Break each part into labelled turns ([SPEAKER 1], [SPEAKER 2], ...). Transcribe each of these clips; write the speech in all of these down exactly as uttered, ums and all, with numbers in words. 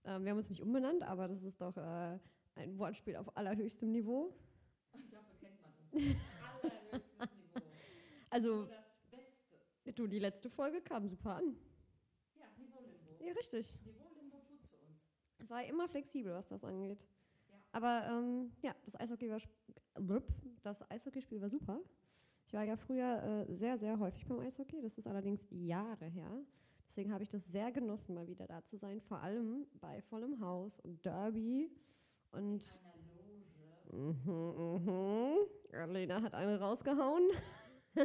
[SPEAKER 1] Äh, wir haben uns nicht umbenannt, aber das ist doch äh, ein Wortspiel auf allerhöchstem Niveau.
[SPEAKER 2] Und dafür kennt man uns. Allerhöchstes Niveau.
[SPEAKER 1] Also,
[SPEAKER 2] Nur das Beste.
[SPEAKER 1] du, die letzte Folge kam super an.
[SPEAKER 2] Ja, Niveau-Limbo.
[SPEAKER 1] Ja, richtig.
[SPEAKER 2] Niveau-Limbo tut's für uns.
[SPEAKER 1] Sei immer flexibel, was das angeht.
[SPEAKER 2] Ja.
[SPEAKER 1] Aber ähm, ja, das Eishockey war, das Eishockeyspiel war super. Ich war ja früher äh, sehr, sehr häufig beim Eishockey. Das ist allerdings Jahre her. Deswegen habe ich das sehr genossen, mal wieder da zu sein. Vor allem bei vollem Haus und Derby. Und
[SPEAKER 2] In einer Loge.
[SPEAKER 1] mhm, mhm. Alena hat eine rausgehauen.
[SPEAKER 2] Ja,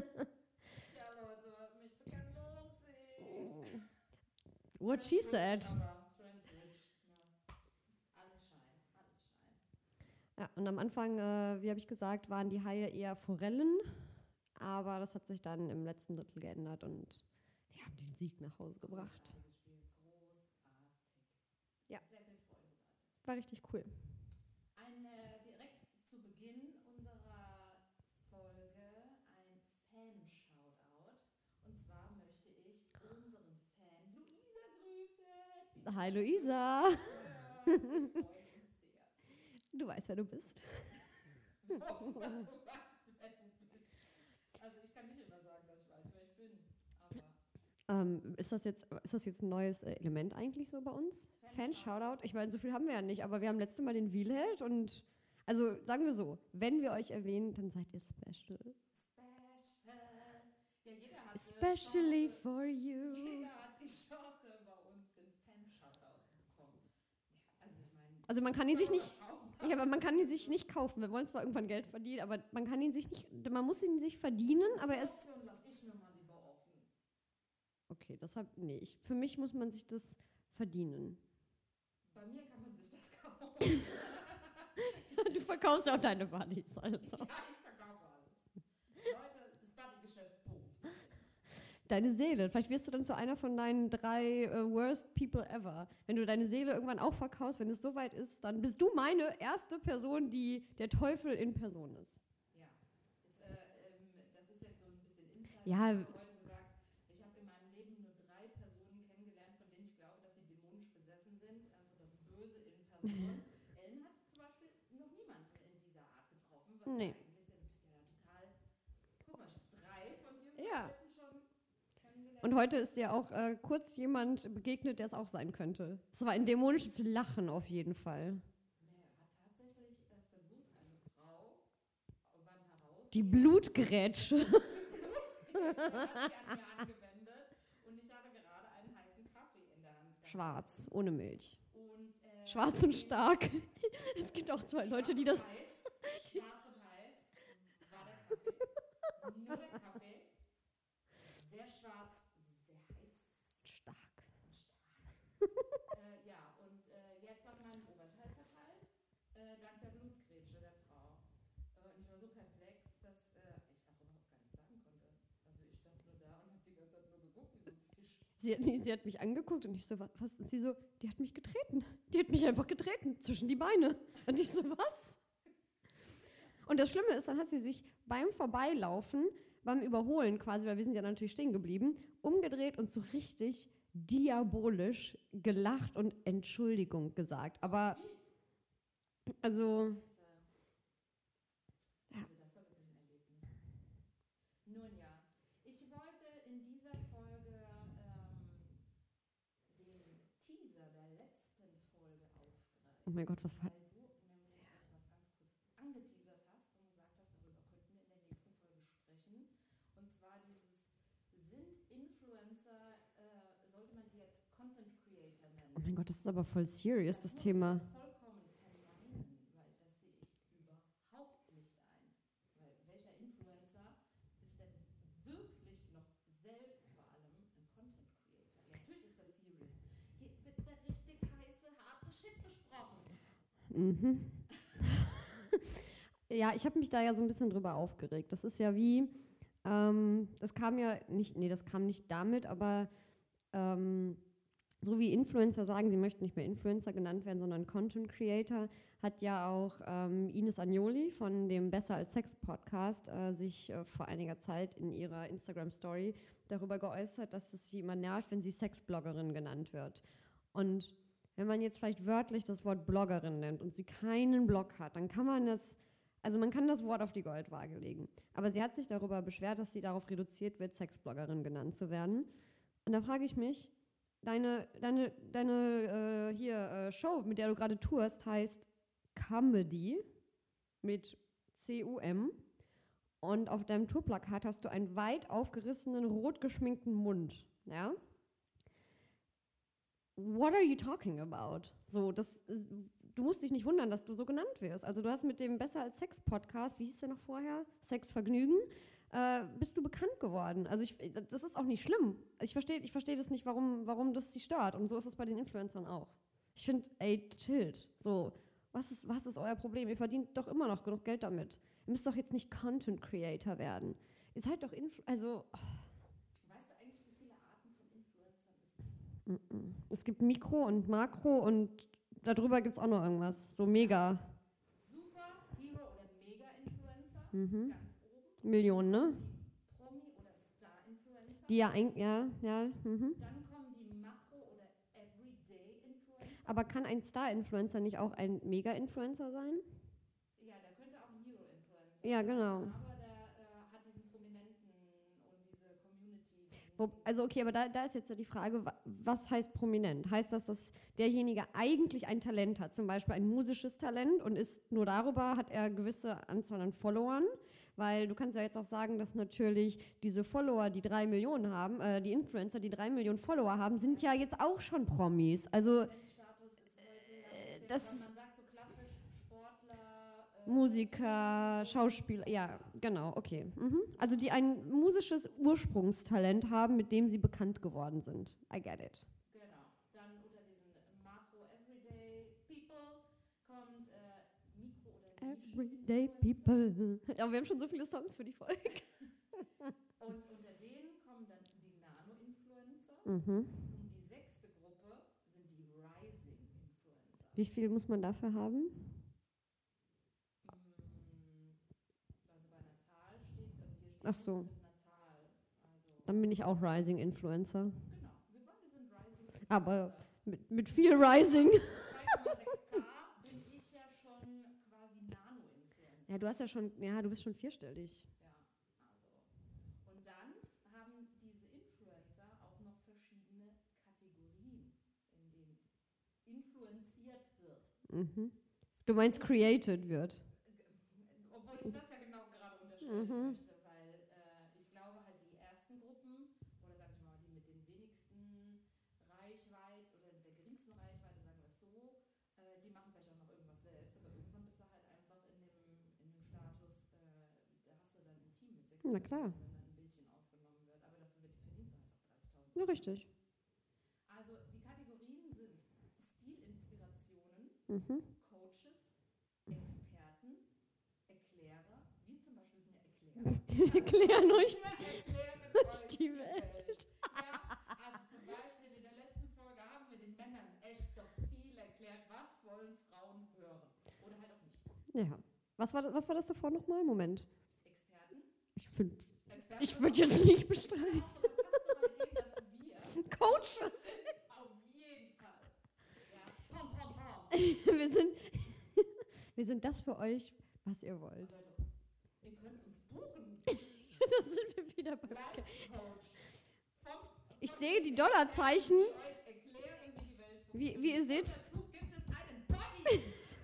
[SPEAKER 2] Leute, mich zu kennen lohnt sich.
[SPEAKER 1] What she said.
[SPEAKER 2] Aber Transwitch, ja. Alles Schein, alles Schein.
[SPEAKER 1] Ja, und am Anfang, äh, wie habe ich gesagt, waren die Haie eher Forellen. Aber das hat sich dann im letzten Drittel geändert und wir haben den Sieg nach Hause gebracht.
[SPEAKER 2] Großartiges Spiel, großartig.
[SPEAKER 1] Ja.
[SPEAKER 2] Sehr viel Freude bereitet.
[SPEAKER 1] War richtig cool.
[SPEAKER 2] Ein, äh, direkt zu Beginn unserer Folge ein Fan-Shoutout. Und zwar möchte ich unseren Fan Luisa grüßen.
[SPEAKER 1] Hi Luisa.
[SPEAKER 2] Ja, wir freuen uns sehr.
[SPEAKER 1] Du weißt, wer du bist.
[SPEAKER 2] Oh, was du weißt, wer du bist. Also ich kann nicht immer sagen, dass ich weiß, wer ich bin. Aber
[SPEAKER 1] Ähm, ist, das jetzt, ist das jetzt ein neues äh, Element eigentlich so bei uns? Fan-Shoutout? Ich meine, so viel haben wir ja nicht, aber wir haben letztes Mal den Wheelhead und also sagen wir so, wenn wir euch erwähnen, dann seid ihr special.
[SPEAKER 2] Special. Ja, jeder hat
[SPEAKER 1] Especially
[SPEAKER 2] Chance,
[SPEAKER 1] for you.
[SPEAKER 2] jeder hat die Chance, bei uns den Fan-Shoutout zu bekommen. Ja, also ich meine,
[SPEAKER 1] Also man kann ihn sich nicht,
[SPEAKER 2] ja,
[SPEAKER 1] ja, aber man kann ihn sich nicht kaufen. Wir wollen zwar irgendwann Geld verdienen, aber man kann ihn sich nicht, man muss ihn sich verdienen, aber er ist.
[SPEAKER 2] lass ich mir mal lieber offen.
[SPEAKER 1] Okay, deshalb, nee, ich, für mich muss man sich das verdienen.
[SPEAKER 2] Bei mir kann man sich das kaufen.
[SPEAKER 1] Du verkaufst ja auch deine Buddies, also.
[SPEAKER 2] Ja, ich verkaufe alles. Leute, das Buddy-Geschäft boomt.
[SPEAKER 1] Deine Seele. Vielleicht wirst du dann zu einer von deinen drei äh, worst people ever. Wenn du deine Seele irgendwann auch verkaufst, wenn es soweit ist, dann bist du meine erste Person, die der Teufel in Person ist.
[SPEAKER 2] Ja, das, äh, ähm, das ist jetzt so ein bisschen Insight.
[SPEAKER 1] Ja.
[SPEAKER 2] Ich habe heute gesagt, ich habe in meinem Leben nur drei Personen kennengelernt, von denen ich glaube, dass sie dämonisch besessen sind. Also das Böse in Person. Ellen hat zum Beispiel noch niemanden in dieser Art getroffen. Was
[SPEAKER 1] Nee.
[SPEAKER 2] ja eigentlich, du bist ja total... Guck mal, ich habe drei von diesen
[SPEAKER 1] Ja.
[SPEAKER 2] Leuten schon kennengelernt.
[SPEAKER 1] Und heute ist dir auch äh, kurz jemand begegnet, der es auch sein könnte. Es war ein dämonisches Lachen auf jeden Fall.
[SPEAKER 2] Nee, er hat tatsächlich äh, versucht, eine Frau beim Heraus...
[SPEAKER 1] Die Blutgrätsche.
[SPEAKER 2] Die Blutgrätsche hat sie an mir angewendet und ich habe gerade einen heißen Kaffee in der Hand gehabt.
[SPEAKER 1] Schwarz, ohne Milch.
[SPEAKER 2] Und, äh,
[SPEAKER 1] Schwarz und stark. Es gibt auch zwei Leute, die das...
[SPEAKER 2] Schwarz und heiß, schwarz und heiß war der Kaffee. Nur der Kaffee. Sehr schwarz, sehr heiß
[SPEAKER 1] Stark.
[SPEAKER 2] und stark. äh, ja, und äh, jetzt auf meinem Oberteil verteilt, äh, dank der Blutgrätsche der Frau. Äh, und ich war so perplex, dass äh, ich auch überhaupt gar nichts sagen konnte. Also ich stand nur da und habe die ganze Zeit nur geguckt, wie so ein Fisch.
[SPEAKER 1] Sie hat, sie hat mich angeguckt und ich so, was? Und sie so, die hat mich getreten. Die hat mich einfach getreten, zwischen die Beine. Und ich so, was? Und das Schlimme ist, dann hat sie sich beim Vorbeilaufen, beim Überholen quasi, weil wir sind ja natürlich stehen geblieben, umgedreht und so richtig diabolisch gelacht und Entschuldigung gesagt. Aber, also...
[SPEAKER 2] Also das war wirklich ein Erlebnis. Nun ja, ich wollte in dieser Folge ähm, den Teaser der letzten Folge aufgreifen.
[SPEAKER 1] Oh mein Gott, was war...
[SPEAKER 2] Weil du nämlich etwas ganz kurz angeteasert hast und gesagt hast, darüber könnten wir in der nächsten Folge sprechen. Und zwar dieses, sind Influencer, äh, sollte man die jetzt Content Creator nennen?
[SPEAKER 1] Oh mein Gott, das ist aber voll serious, das
[SPEAKER 2] muss
[SPEAKER 1] Thema.
[SPEAKER 2] man vollkommen verneinen, weil das sehe ich überhaupt nicht ein. Weil welcher Influencer ist denn wirklich noch selbst vor allem ein Content Creator? Ja, natürlich ist das serious. Hier wird der richtig heiße, harte Shit besprochen.
[SPEAKER 1] Mhm. Ja, ich habe mich da ja so ein bisschen drüber aufgeregt. Das ist ja wie, ähm, das kam ja nicht, nee, das kam nicht damit, aber ähm, so wie Influencer sagen, sie möchten nicht mehr Influencer genannt werden, sondern Content Creator, hat ja auch ähm, Ines Agnoli von dem Besser als Sex Podcast äh, sich äh, vor einiger Zeit in ihrer Instagram-Story darüber geäußert, dass es sie immer nervt, wenn sie Sexbloggerin genannt wird. Und wenn man jetzt vielleicht wörtlich das Wort Bloggerin nennt und sie keinen Blog hat, dann kann man das, also man kann das Wort auf die Goldwaage legen. Aber sie hat sich darüber beschwert, dass sie darauf reduziert wird, Sexbloggerin genannt zu werden. Und da frage ich mich, deine, deine, deine äh, hier äh, Show, mit der du gerade tourst, heißt Comedy mit C U M. Und auf deinem Tourplakat hast du einen weit aufgerissenen, rot geschminkten Mund. Ja? What are you talking about? So, das, äh, du musst dich nicht wundern, dass du so genannt wirst. Also du hast mit dem Besser als Sex Podcast, wie hieß der noch vorher? Sex Vergnügen, äh, bist du bekannt geworden. Also ich, das ist auch nicht schlimm. Ich verstehe ich versteh das nicht, warum, warum das sie stört. Und so ist es bei den Influencern auch. Ich finde, ey, chillt. So, was ist, was ist euer Problem? Ihr verdient doch immer noch genug Geld damit. Ihr müsst doch jetzt nicht Content Creator werden. Ihr seid doch Influ also oh.
[SPEAKER 2] Weißt du eigentlich, wie viele Arten von Influencern es gibt?
[SPEAKER 1] Mm-mm. Es gibt Mikro und Makro und darüber gibt es auch noch irgendwas. So mega.
[SPEAKER 2] Super, Hero oder Mega-Influencer,
[SPEAKER 1] Mhm.
[SPEAKER 2] ganz oben.
[SPEAKER 1] Millionen, ne?
[SPEAKER 2] Die Promi- oder Star-Influencer.
[SPEAKER 1] Die ja ein, ja, ja. Mhm.
[SPEAKER 2] Dann kommen die Makro- oder Everyday-Influencer.
[SPEAKER 1] Aber kann ein Star-Influencer nicht auch ein Mega-Influencer sein?
[SPEAKER 2] Ja, der könnte auch ein Hero-Influencer
[SPEAKER 1] Ja,
[SPEAKER 2] sein,
[SPEAKER 1] genau.
[SPEAKER 2] aber der äh, hat diesen Prominenten und diese Community.
[SPEAKER 1] Wo, also okay, aber da, da ist jetzt die Frage, wa- was heißt prominent? Heißt das, dass derjenige eigentlich ein Talent hat, zum Beispiel ein musisches Talent und ist nur darüber, hat er gewisse Anzahl an Followern? Weil du kannst ja jetzt auch sagen, dass natürlich diese Follower, die drei Millionen haben, äh, die Influencer, die drei Millionen Follower haben, sind ja jetzt auch schon Promis. Also
[SPEAKER 2] Status ist heute ja
[SPEAKER 1] Äh,
[SPEAKER 2] ein bisschen,
[SPEAKER 1] das
[SPEAKER 2] weil
[SPEAKER 1] ist-
[SPEAKER 2] man sagt so klassisch Sportler, äh,
[SPEAKER 1] Musiker, Schauspieler, ja, genau, okay. Mhm. Also die ein musisches Ursprungstalent haben, mit dem sie bekannt geworden sind. I get it.
[SPEAKER 2] Genau. Dann unter diesen Makro Everyday People kommt äh, Mikro oder
[SPEAKER 1] Everyday
[SPEAKER 2] Nischen-Influencer.
[SPEAKER 1] people. Ja, wir haben schon so viele Songs für die Folge.
[SPEAKER 2] Und unter denen kommen dann die Nano-Influencer.
[SPEAKER 1] Mhm.
[SPEAKER 2] Und die sechste Gruppe sind die Rising-Influencer.
[SPEAKER 1] Wie viel muss man dafür haben?
[SPEAKER 2] Mm, Also bei einer Zahl steht, also hier steht
[SPEAKER 1] Ach so.
[SPEAKER 2] nichts mit einer Zahl. Also,
[SPEAKER 1] Dann bin ich auch Rising Influencer.
[SPEAKER 2] genau, wir beide sind Rising-Influencer.
[SPEAKER 1] Aber mit, mit viel Rising.
[SPEAKER 2] zwei Komma sechs K bin ich ja schon quasi Nano-Influencer.
[SPEAKER 1] Ja, du hast ja schon, ja, du bist schon vierstellig.
[SPEAKER 2] Ja, also. Und dann haben diese Influencer auch noch verschiedene Kategorien, in denen influenziert wird.
[SPEAKER 1] Mhm. Du meinst created wird.
[SPEAKER 2] Obwohl ich das ja genau gerade unterstellen
[SPEAKER 1] Mhm.
[SPEAKER 2] möchte, weil äh, ich glaube halt die ersten Gruppen, oder sag ich mal, die mit den wenigsten Reichweite oder der geringsten Reichweite, sagen wir es so, äh, die machen vielleicht auch noch irgendwas selbst, aber irgendwann bist du halt einfach in dem, in dem Status, äh, da hast du dann ein Team mit sechs
[SPEAKER 1] Na
[SPEAKER 2] Leuten,
[SPEAKER 1] klar.
[SPEAKER 2] wenn dann ein Bildchen aufgenommen wird, aber dafür wird, verdienst du halt auch dreißigtausend.
[SPEAKER 1] Ja, richtig.
[SPEAKER 2] Also die Kategorien sind Stilinspirationen,
[SPEAKER 1] Mhm.
[SPEAKER 2] Coaches, Experten, Erklärer, wir zum Beispiel sind ja Erklärer.
[SPEAKER 1] Erklären euch
[SPEAKER 2] Wir erklären euch
[SPEAKER 1] die
[SPEAKER 2] die
[SPEAKER 1] Welt.
[SPEAKER 2] Welt. Ja, also zum Beispiel in der letzten Folge haben wir den Männern echt doch viel erklärt, was wollen Frauen hören. Oder halt auch nicht.
[SPEAKER 1] Ja. Was war, das- was war das davor nochmal? Moment.
[SPEAKER 2] Experten?
[SPEAKER 1] Ich finde,
[SPEAKER 2] Experten
[SPEAKER 1] ich würde jetzt nicht bestreiten.
[SPEAKER 2] auch so fast so bei dem, dass wir
[SPEAKER 1] Coaches.
[SPEAKER 2] auf jeden Fall. Ja, pom, pom, pom.
[SPEAKER 1] Wir sind, wir sind das für euch, was ihr wollt.
[SPEAKER 2] Leute, ihr könnt uns buchen.
[SPEAKER 1] Das sind wir wieder beim
[SPEAKER 2] Life Coach. Vom,
[SPEAKER 1] Ich
[SPEAKER 2] von
[SPEAKER 1] sehe die
[SPEAKER 2] Experten,
[SPEAKER 1] Dollarzeichen.
[SPEAKER 2] die euch erklären, wie die Welt
[SPEAKER 1] Wie,
[SPEAKER 2] funktioniert.
[SPEAKER 1] wie ihr seht,
[SPEAKER 2] Und dazu gibt es einen Body.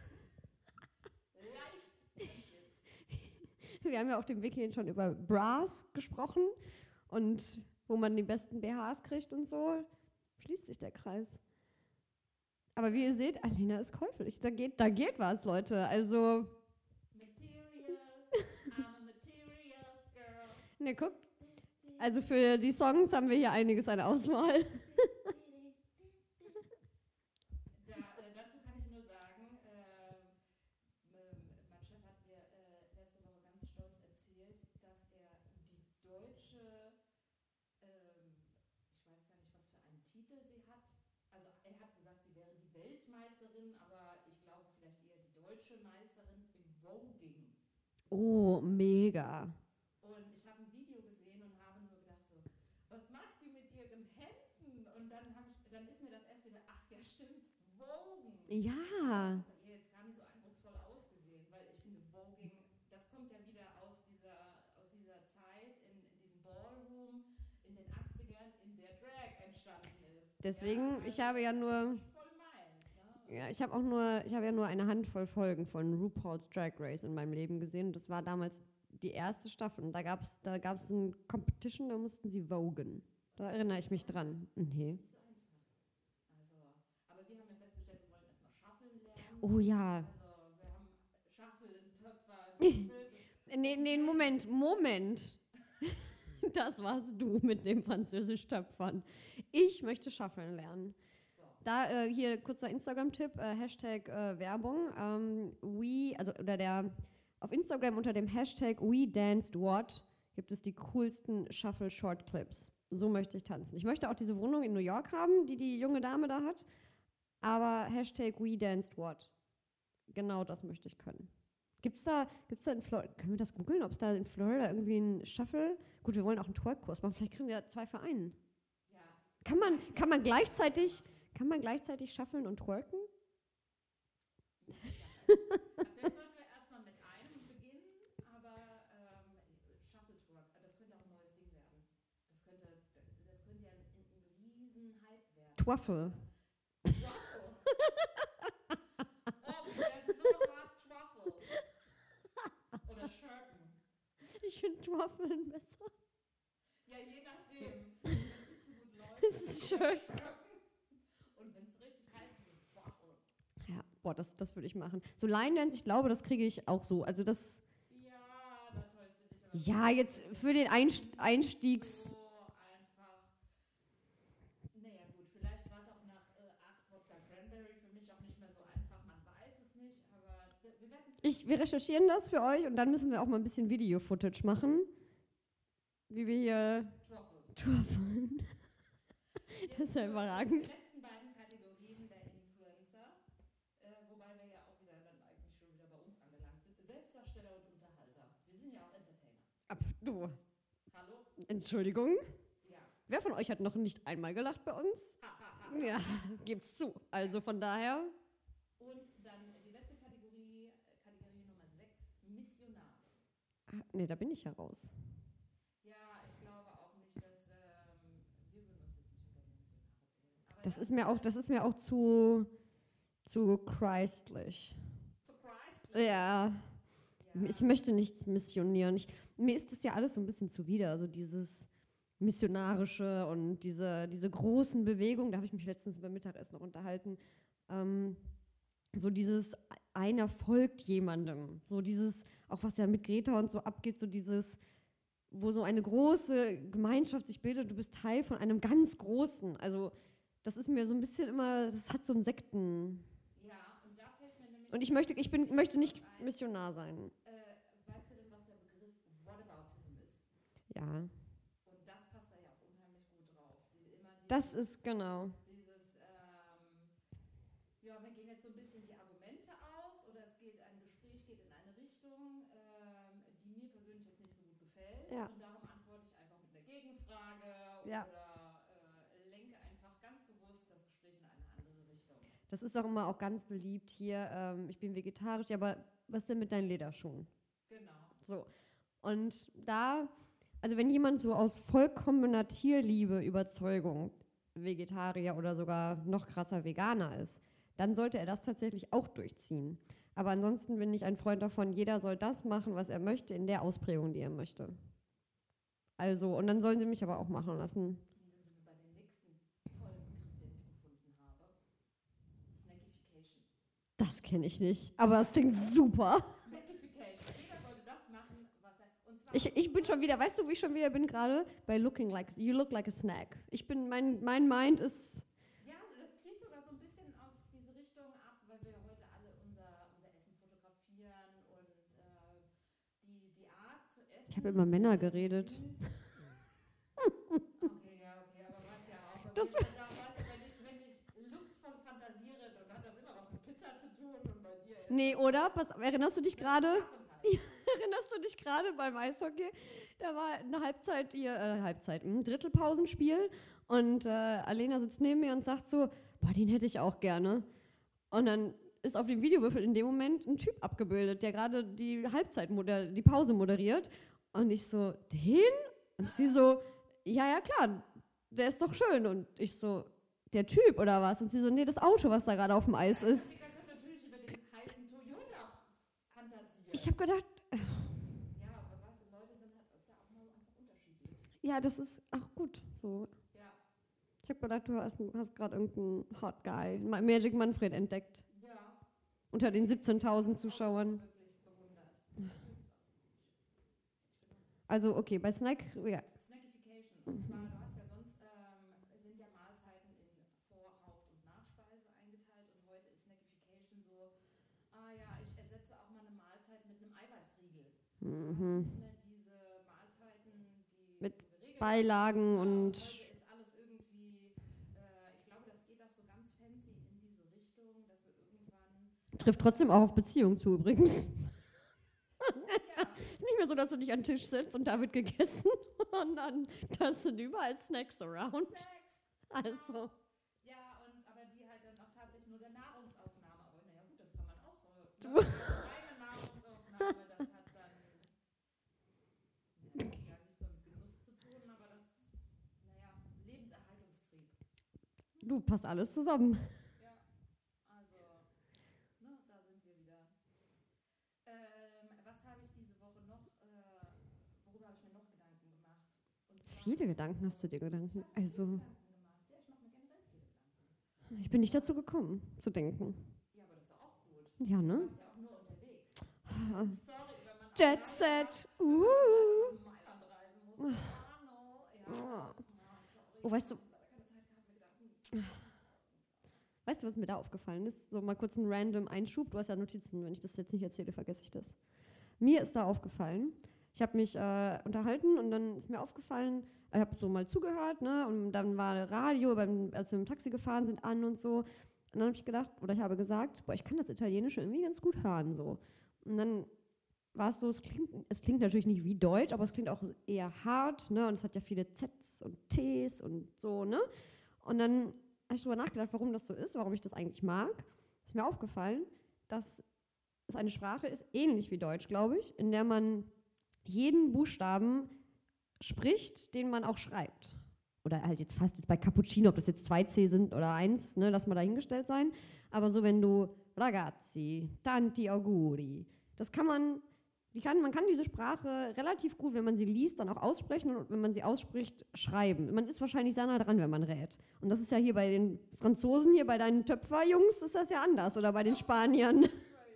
[SPEAKER 2] Leicht verschwitzt.
[SPEAKER 1] wir haben ja auf dem Weg hierhin schon über Bras gesprochen und wo man die besten B Hs kriegt und so. Schließt sich der Kreis. Aber wie ihr seht, Alena ist käuflich. Da geht, da geht was, Leute. Also,
[SPEAKER 2] Material, I'm a material girl.
[SPEAKER 1] ne, guckt. Also für die Songs haben wir hier einiges an Auswahl.
[SPEAKER 2] Da, äh, dazu kann ich nur sagen, äh, ähm, mein Chef hat mir äh, letzte Woche ganz stolz erzählt, dass er die deutsche, ähm, ich weiß gar nicht, was für einen Titel sie hat. Also er hat gesagt, sie wäre die Weltmeisterin, aber ich glaube vielleicht eher die deutsche Meisterin im Voging.
[SPEAKER 1] Oh, mega.
[SPEAKER 2] Und ich habe ein Video gesehen und habe nur gedacht so, was macht die mit ihren Händen? Und dann, hab ich, dann ist mir das erst wieder, ach ja stimmt, Vogen.
[SPEAKER 1] Ja.
[SPEAKER 2] Das hat bei ihr jetzt gar nicht so eindrucksvoll ausgesehen, weil ich finde, Voging, das kommt ja wieder aus dieser, aus dieser Zeit in, in diesem Ballroom in den achtzigern, in der Drag entstanden ist.
[SPEAKER 1] Deswegen,
[SPEAKER 2] ja,
[SPEAKER 1] ich habe ja nur,
[SPEAKER 2] voll meins, ne?
[SPEAKER 1] ja, ich habe auch nur, ich habe ja nur eine Handvoll Folgen von RuPaul's Drag Race in meinem Leben gesehen. Und das war damals die erste Staffel. Und da gab es da gab's ein Competition, da mussten sie vogen. Da erinnere ich mich dran. Nee.
[SPEAKER 2] Nicht so einfach. Also, aber wir haben ja festgestellt, wir wollen erstmal Schaffeln lernen.
[SPEAKER 1] Oh ja.
[SPEAKER 2] Also, wir haben Schaffeln, Töpfer, Französisch.
[SPEAKER 1] Nee, nee, Moment, Moment. Das warst du mit dem Französisch-Töpfern. Ich möchte Schaffeln lernen.
[SPEAKER 2] So.
[SPEAKER 1] Da äh, hier kurzer Instagram-Tipp, äh, Hashtag äh, Werbung. Ähm, we, also oder der auf Instagram unter dem Hashtag We Danced What gibt es die coolsten Shuffle-Short-Clips. So möchte ich tanzen. Ich möchte auch diese Wohnung in New York haben, die die junge Dame da hat. Aber Hashtag We Danced What. Genau das möchte ich können. Gibt's da, gibt's da in Florida, können wir das googeln, ob es da in Florida irgendwie einen Shuffle, gut, wir wollen auch einen Twerk-Kurs machen, vielleicht kriegen wir ja zwei Vereinen.
[SPEAKER 2] Ja.
[SPEAKER 1] Kann man, kann man gleichzeitig, kann man gleichzeitig shuffeln und twerken?
[SPEAKER 2] Vielleicht sollten wir erstmal mit einem beginnen, aber ähm, Shuffle-Twerk, das könnte auch ein neues Ding werden. Das könnte, das könnte ja ein, ein riesen Hype werden.
[SPEAKER 1] Twaffle.
[SPEAKER 2] Twaffle. Oh, wir werden so hart Twaffle. Oder Shirten.
[SPEAKER 1] Ich finde Twaffeln besser.
[SPEAKER 2] Ja, je nachdem. Wenn es nicht so gut läuft,
[SPEAKER 1] Es ist
[SPEAKER 2] dann
[SPEAKER 1] schön.
[SPEAKER 2] Shirten. Und wenn es richtig heiß ist, ist es Twaffle.
[SPEAKER 1] Ja, boah, das, das würde ich machen. So Line Dance, ich glaube, das kriege ich auch so. Also das,
[SPEAKER 2] Ja, da täuscht du dich aber.
[SPEAKER 1] ja, jetzt für den Einst- Einstiegs...
[SPEAKER 2] So einfach. Naja, gut, vielleicht war es auch nach äh, acht Wodka Cranberry für mich auch nicht mehr so einfach. Man weiß es nicht, aber wir, wir werden es
[SPEAKER 1] Ich, wir recherchieren das für euch und dann müssen wir auch mal ein bisschen Video-Footage machen, wie wir hier
[SPEAKER 2] Twaffle.
[SPEAKER 1] twaffeln.
[SPEAKER 2] Jetzt
[SPEAKER 1] Das ist ja
[SPEAKER 2] zur-
[SPEAKER 1] überragend.
[SPEAKER 2] Die letzten beiden Kategorien der Influencer, äh, wobei wir ja auch wieder dann eigentlich schon wieder bei uns angelangt sind. Selbstdarsteller und Unterhalter. Wir sind ja auch Entertainer.
[SPEAKER 1] Ab, du,
[SPEAKER 2] Hallo?
[SPEAKER 1] Entschuldigung.
[SPEAKER 2] Ja.
[SPEAKER 1] Wer von euch hat noch nicht einmal gelacht bei uns?
[SPEAKER 2] Ha, ha, ha.
[SPEAKER 1] Ja, gibt's zu. Also von daher,
[SPEAKER 2] Und dann die letzte Kategorie, äh, Kategorie Nummer sechs, Missionare.
[SPEAKER 1] ah, nee, da bin ich ja raus.
[SPEAKER 2] Ja, ich glaube auch nicht, dass ähm, wir würden uns jetzt nicht unter die Missionare zählen. Aber
[SPEAKER 1] Das
[SPEAKER 2] ja,
[SPEAKER 1] ist mir auch, das ist mir auch zu, zu christlich.
[SPEAKER 2] zu Chrysler.
[SPEAKER 1] Ja,
[SPEAKER 2] Ja.
[SPEAKER 1] ich möchte nichts missionieren. Ich, mir ist das ja alles so ein bisschen zuwider, also dieses Missionarische und diese, diese großen Bewegungen, da habe ich mich letztens beim Mittagessen noch unterhalten, ähm, so dieses, einer folgt jemandem, so dieses, auch was ja mit Greta und so abgeht, so dieses, wo so eine große Gemeinschaft sich bildet, du bist Teil von einem ganz Großen, also das ist mir so ein bisschen immer, das hat so einen Sekten,
[SPEAKER 2] Ja, und da fällt mir nämlich.
[SPEAKER 1] und ich möchte, ich bin, möchte nicht
[SPEAKER 2] ein.
[SPEAKER 1] Missionar sein.
[SPEAKER 2] Äh, weißt du denn, was der Begriff Whataboutism ist?
[SPEAKER 1] Ja,
[SPEAKER 2] Und das passt da ja auch unheimlich gut drauf. Die, immer dieses,
[SPEAKER 1] das ist genau.
[SPEAKER 2] Dieses, ähm, ja, wir gehen jetzt so ein bisschen die Argumente aus oder es geht, ein Gespräch geht in eine Richtung, ähm, die mir persönlich jetzt nicht so gut gefällt.
[SPEAKER 1] Ja.
[SPEAKER 2] Und darum antworte ich einfach mit einer Gegenfrage
[SPEAKER 1] Ja.
[SPEAKER 2] oder äh, lenke einfach ganz bewusst das Gespräch in eine andere Richtung.
[SPEAKER 1] Das ist auch immer auch ganz beliebt hier. Ähm, ich bin vegetarisch, ja, aber was denn mit deinen Lederschuhen?
[SPEAKER 2] Genau.
[SPEAKER 1] So. Und da, also wenn jemand so aus vollkommener Tierliebe, Überzeugung Vegetarier oder sogar noch krasser Veganer ist, dann sollte er das tatsächlich auch durchziehen. Aber ansonsten bin ich ein Freund davon, jeder soll das machen, was er möchte, in der Ausprägung, die er möchte. Also, und dann sollen sie mich aber auch machen lassen.
[SPEAKER 2] Und dann sind wir bei dem nächsten tollen Begriff, den ich gefunden habe. Snackification.
[SPEAKER 1] Das kenne ich nicht, aber das klingt super.
[SPEAKER 2] Snackification. Jeder sollte das machen, was er. Und zwar
[SPEAKER 1] Ich, ich bin schon wieder, weißt du, wo ich schon wieder bin gerade? Bei looking like, you look like a snack. Ich bin, mein, mein Mind ist,
[SPEAKER 2] ja, also das zielt sogar so ein bisschen auf diese Richtung ab, weil wir heute alle unser, unser Essen fotografieren und äh, die, die Art zu essen.
[SPEAKER 1] Ich habe über Männer geredet.
[SPEAKER 2] Okay, ja, okay, aber was ja auch.
[SPEAKER 1] Das-
[SPEAKER 2] Das da, weißt du, wenn, ich, wenn ich lustvoll fantasiere, dann hat das immer was mit Pizza zu tun und bei dir ist
[SPEAKER 1] Nee, oder? Pass, erinnerst du dich gerade?
[SPEAKER 2] Schwarz und Weiß.
[SPEAKER 1] Erinnerst du dich gerade beim Eishockey? Da war eine Halbzeit, ihr, äh, Halbzeit, ein Drittelpausenspiel und äh, Alena sitzt neben mir und sagt so, boah, den hätte ich auch gerne. Und dann ist auf dem Videowürfel in dem Moment ein Typ abgebildet, der gerade die Halbzeit, moder die Pause moderiert. Und ich so, den? Und sie so, ja, ja, klar, der ist doch schön. Und ich so, der Typ oder was? Und sie so, nee, das Auto, was da gerade auf dem Eis ist.
[SPEAKER 2] Die ganze Zeit natürlich über den heißen Toyota fantasiert.
[SPEAKER 1] Ich habe gedacht,
[SPEAKER 2] Ja, aber weißt du, Leute sind halt öfter auch mal einfach unterschiedlich.
[SPEAKER 1] ja, das ist auch gut so.
[SPEAKER 2] Ja,
[SPEAKER 1] Ich habe gedacht, du hast, hast gerade irgendeinen Hot Guy, Ma- Magic Manfred entdeckt.
[SPEAKER 2] ja.
[SPEAKER 1] Unter den siebzehntausend Zuschauern.
[SPEAKER 2] Wirklich bewundert.
[SPEAKER 1] Also, okay, bei Snack, ja.
[SPEAKER 2] Snackification. Und zwar, du hast ja sonst, ähm, sind ja Mahlzeiten in Vor-, Haupt- und Nachspeise eingeteilt. Und heute ist Snackification so, ah ja, ich ersetze auch mal eine Mahlzeit mit einem Eiweißriegel. Du hast
[SPEAKER 1] Mhm.
[SPEAKER 2] nicht mehr diese Mahlzeiten, die
[SPEAKER 1] Mit
[SPEAKER 2] so geregelt
[SPEAKER 1] Beilagen
[SPEAKER 2] Ja,
[SPEAKER 1] und
[SPEAKER 2] heute ist alles irgendwie, äh, ich glaube, das geht auch so ganz fancy in diese Richtung, dass wir irgendwann.
[SPEAKER 1] trifft trotzdem auch auf Beziehungen zu übrigens.
[SPEAKER 2] Ja,
[SPEAKER 1] Nicht mehr so, dass du dich an den Tisch setzt und da wird gegessen, sondern das sind überall Snacks around.
[SPEAKER 2] Sex.
[SPEAKER 1] Also,
[SPEAKER 2] Ja, und aber die halt dann auch tatsächlich nur der Nahrungsaufnahme. Aber naja, gut, das kann man auch. Äh,
[SPEAKER 1] Du-
[SPEAKER 2] ne? Keine Nahrungsaufnahme, das hat dann. Ja, das ist ja nichts mehr mit Genuss zu tun, aber das, naja, Lebenserhaltungstrieb.
[SPEAKER 1] du passt alles zusammen.
[SPEAKER 2] Ja, also, ne, da sind wir wieder. Ähm, was habe ich diese Woche noch, äh, worüber habe ich mir noch Gedanken gemacht? Und zwar
[SPEAKER 1] Viele
[SPEAKER 2] hast
[SPEAKER 1] Gedanken hast du dir Gedanken.
[SPEAKER 2] Ich habe mir viele
[SPEAKER 1] Also,
[SPEAKER 2] Gedanken gemacht. Ja, ich mache mir generell viele Gedanken.
[SPEAKER 1] ich bin nicht dazu gekommen, zu denken.
[SPEAKER 2] Ja, aber das ist doch auch gut.
[SPEAKER 1] Ja,
[SPEAKER 2] Du
[SPEAKER 1] ne?
[SPEAKER 2] warst ja auch nur unterwegs. Sorry, wenn man
[SPEAKER 1] Jet
[SPEAKER 2] auch
[SPEAKER 1] Set.
[SPEAKER 2] nach-
[SPEAKER 1] Uh.
[SPEAKER 2] nach Mailand reisen muss. Milano, ja.
[SPEAKER 1] Oh.
[SPEAKER 2] Ah, sorry,
[SPEAKER 1] Oh, weißt du-
[SPEAKER 2] ich hab leider keine Zeit gehabt, mir Gedanken.
[SPEAKER 1] Weißt du, was mir da aufgefallen ist? So mal kurz ein random Einschub. Du hast ja Notizen. Wenn ich das jetzt nicht erzähle, vergesse ich das. Mir ist da aufgefallen, ich habe mich äh, unterhalten und dann ist mir aufgefallen, ich habe so mal zugehört, ne? Und dann war Radio, beim, als wir im Taxi gefahren sind, an und so. Und dann habe ich gedacht, oder ich habe gesagt, boah, ich kann das Italienische irgendwie ganz gut hören, so. Und dann war es so, es klingt, es klingt natürlich nicht wie Deutsch, aber es klingt auch eher hart, ne? Und es hat ja viele Zs und Ts und so, ne? Und dann habe ich darüber nachgedacht, warum das so ist, warum ich das eigentlich mag. Ist mir aufgefallen, dass es eine Sprache ist, ähnlich wie Deutsch, glaube ich, in der man jeden Buchstaben spricht, den man auch schreibt. Oder halt jetzt fast jetzt bei Cappuccino, ob das jetzt zwei C sind oder eins, ne, lass mal dahingestellt sein. Aber so, wenn du Ragazzi, tanti auguri, das kann man, die kann, man kann diese Sprache relativ gut, wenn man sie liest, dann auch aussprechen und wenn man sie ausspricht, schreiben. Man ist wahrscheinlich sehr nah dran, wenn man rät. Und das ist ja hier bei den Franzosen, hier bei deinen Töpferjungs, ist das ja anders. Oder bei den Spaniern.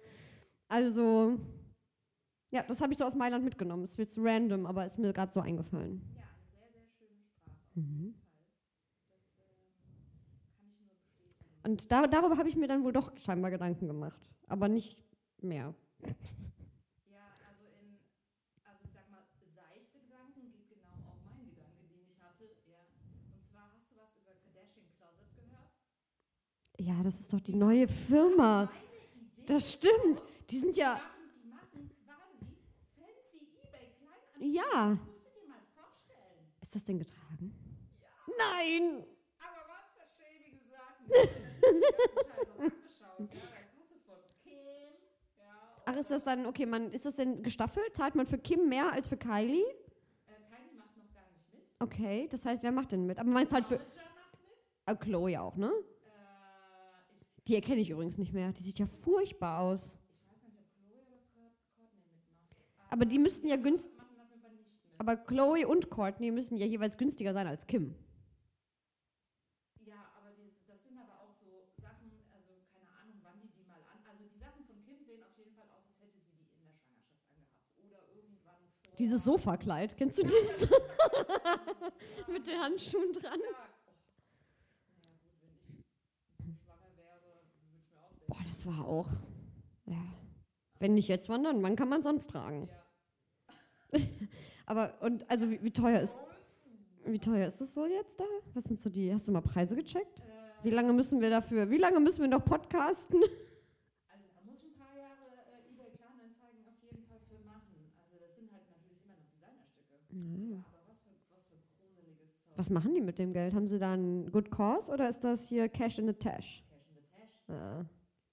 [SPEAKER 1] Also, ja, das habe ich so aus Mailand mitgenommen. Es wird random, aber ist mir gerade so eingefallen.
[SPEAKER 2] Ja, eine sehr, sehr schöne Sprache. Auf
[SPEAKER 1] Mhm.
[SPEAKER 2] jeden Fall. Das ähm, kann ich nur bestätigen.
[SPEAKER 1] Und da, darüber habe ich mir dann wohl doch scheinbar Gedanken gemacht. Aber nicht mehr.
[SPEAKER 2] Ja, also in, also ich sag mal, seichte Gedanken geht genau auch mein Gedanke, den ich hatte. Ja. Und zwar hast du was über Kardashian Closet gehört?
[SPEAKER 1] Ja, das ist doch die neue Firma.
[SPEAKER 2] Meine Idee.
[SPEAKER 1] Das stimmt. Die sind
[SPEAKER 2] Die
[SPEAKER 1] ja.
[SPEAKER 2] machen, die machen quasi fancy eBay Kleinanzeigen.
[SPEAKER 1] Ja.
[SPEAKER 2] Das musst du dir mal vorstellen.
[SPEAKER 1] Ist das denn getragen?
[SPEAKER 2] Ja.
[SPEAKER 1] Nein!
[SPEAKER 2] Aber was für schäbige Sachen. Ich hab mir natürlich die ganzen Scheiß auch angeschaut. Ja, da kannst du von Kim. Ja,
[SPEAKER 1] Ach, ist das dann, okay, man, ist das denn gestaffelt? Zahlt man für Kim mehr als für Kylie?
[SPEAKER 2] Äh, Kylie macht noch gar nicht mit.
[SPEAKER 1] Okay, das heißt, wer macht denn mit? Aber man zahlt für.
[SPEAKER 2] Doja macht mit.
[SPEAKER 1] Äh, Chloe auch, ne?
[SPEAKER 2] Äh, ich,
[SPEAKER 1] Die erkenne ich übrigens nicht mehr. Die sieht ja furchtbar aus.
[SPEAKER 2] ich weiß gar nicht, ob Chloe oder Court- Courtney mitmacht.
[SPEAKER 1] Aber die müssten ja
[SPEAKER 2] die
[SPEAKER 1] günst-
[SPEAKER 2] machen auf jeden Fall nicht mit.
[SPEAKER 1] Aber Chloe und Courtney müssen ja jeweils günstiger sein als Kim.
[SPEAKER 2] Ja, aber die, das sind aber auch so Sachen, also keine Ahnung, wann die die mal an. Also die Sachen von Kim sehen auf jeden Fall aus, als hätte sie die in der Schwangerschaft angehabt. Oder irgendwann vor.
[SPEAKER 1] Dieses Sofakleid, kennst du dieses? Mit den Handschuhen dran.
[SPEAKER 2] Ja, oh. Naja, gut, wenn ich so schwanger wäre, würde ich mir auch denken.
[SPEAKER 1] Boah, das war auch. Ja. Wenn nicht jetzt, wann dann? Wann kann man sonst tragen?
[SPEAKER 2] Ja.
[SPEAKER 1] Aber, und, also, wie, wie teuer ist. Wie teuer ist das so jetzt da? Was sind so die, hast du mal Preise gecheckt?
[SPEAKER 2] Äh,
[SPEAKER 1] Wie lange müssen wir dafür, wie lange müssen wir noch podcasten?
[SPEAKER 2] Also da muss ich ein paar Jahre äh, eBay Kleinanzeigen auf jeden Fall für machen. Also das sind halt natürlich immer noch Designerstücke. Ja, aber was für, was für gruseliges Zeug.
[SPEAKER 1] Was machen die mit dem Geld? Haben sie da einen Good Cause oder ist das hier Cash in the Tash?
[SPEAKER 2] Cash in the Tash.
[SPEAKER 1] Ja.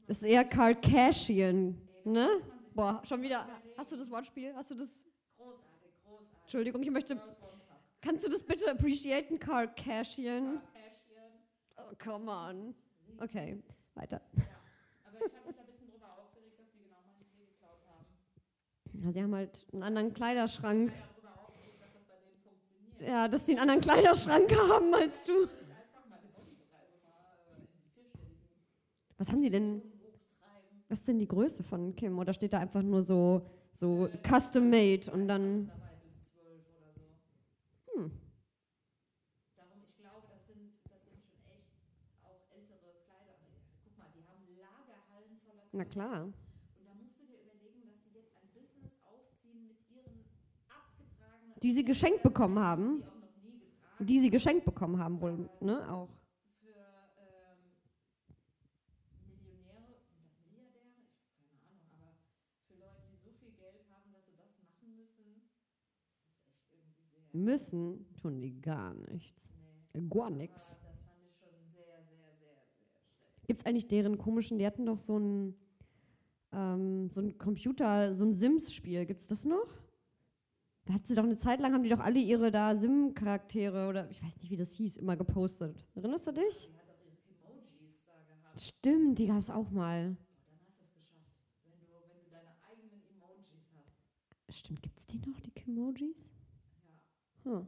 [SPEAKER 1] Ist eher Kardashian, ne? Boah, schon wieder. Hast du das Wortspiel? Hast du das?
[SPEAKER 2] Großartig, großartig.
[SPEAKER 1] Entschuldigung, ich möchte.
[SPEAKER 2] Girls One Cup.
[SPEAKER 1] Kannst du das bitte appreciaten, Kardashian?
[SPEAKER 2] Kardashian.
[SPEAKER 1] Oh, come on. Okay, weiter.
[SPEAKER 2] Ja, aber ich habe mich ein bisschen drüber aufgeregt, dass wir genau meine Idee geklaut haben.
[SPEAKER 1] Ja, sie haben halt einen anderen Kleiderschrank.
[SPEAKER 2] Ich habe mich darüber aufgeregt, dass das bei denen funktioniert.
[SPEAKER 1] Ja, dass die einen anderen Kleiderschrank haben als du.
[SPEAKER 2] Ich einfach meine Bodypreise mal äh, in die vierstelligen
[SPEAKER 1] Was haben die denn?
[SPEAKER 2] Summen hochtreiben.
[SPEAKER 1] Was ist denn die Größe von Kim? Oder steht da einfach nur so, so custom made und dann.
[SPEAKER 2] Dabei bis zwölf oder so.
[SPEAKER 1] Hm.
[SPEAKER 2] Darum, ich glaube, das sind, das sind schon echt auch ältere Kleider. Guck mal, die haben Lagerhallen voller
[SPEAKER 1] Na
[SPEAKER 2] Kleider.
[SPEAKER 1] klar.
[SPEAKER 2] Und da musst du dir überlegen, dass die jetzt ein Business aufziehen mit ihren abgetragenen...
[SPEAKER 1] Die sie geschenkt bekommen haben.
[SPEAKER 2] Die auch noch nie getragen
[SPEAKER 1] Die sie geschenkt bekommen haben, wohl, ne? Auch.
[SPEAKER 2] für ähm, Millionäre, sind das Milliardäre? Ich habe keine Ahnung, aber für Leute, die so viel Geld haben, dass sie das machen müssen, das ist echt irgendwie sehr...
[SPEAKER 1] Müssen tun die gar nichts.
[SPEAKER 2] Nee,
[SPEAKER 1] Gar
[SPEAKER 2] aber
[SPEAKER 1] nichts.
[SPEAKER 2] das fand ich schon sehr, sehr, sehr, sehr schrecklich.
[SPEAKER 1] Gibt es eigentlich deren komischen, die hatten doch so ein, ähm, so ein Computer, so ein Sims-Spiel. Gibt es das noch? Da hat sie doch eine Zeit lang, haben die doch alle ihre da Sim-Charaktere oder ich weiß nicht, wie das hieß, immer gepostet. Erinnerst du dich?
[SPEAKER 2] Die hat auch ihre Emojis da gehabt.
[SPEAKER 1] Stimmt, die gab es auch mal.
[SPEAKER 2] Boah, dann hast du es geschafft. Wenn du, wenn du deine eigenen Emojis hast.
[SPEAKER 1] Stimmt, gibt es die noch, die Kimojis?
[SPEAKER 2] Ja.
[SPEAKER 1] Hm.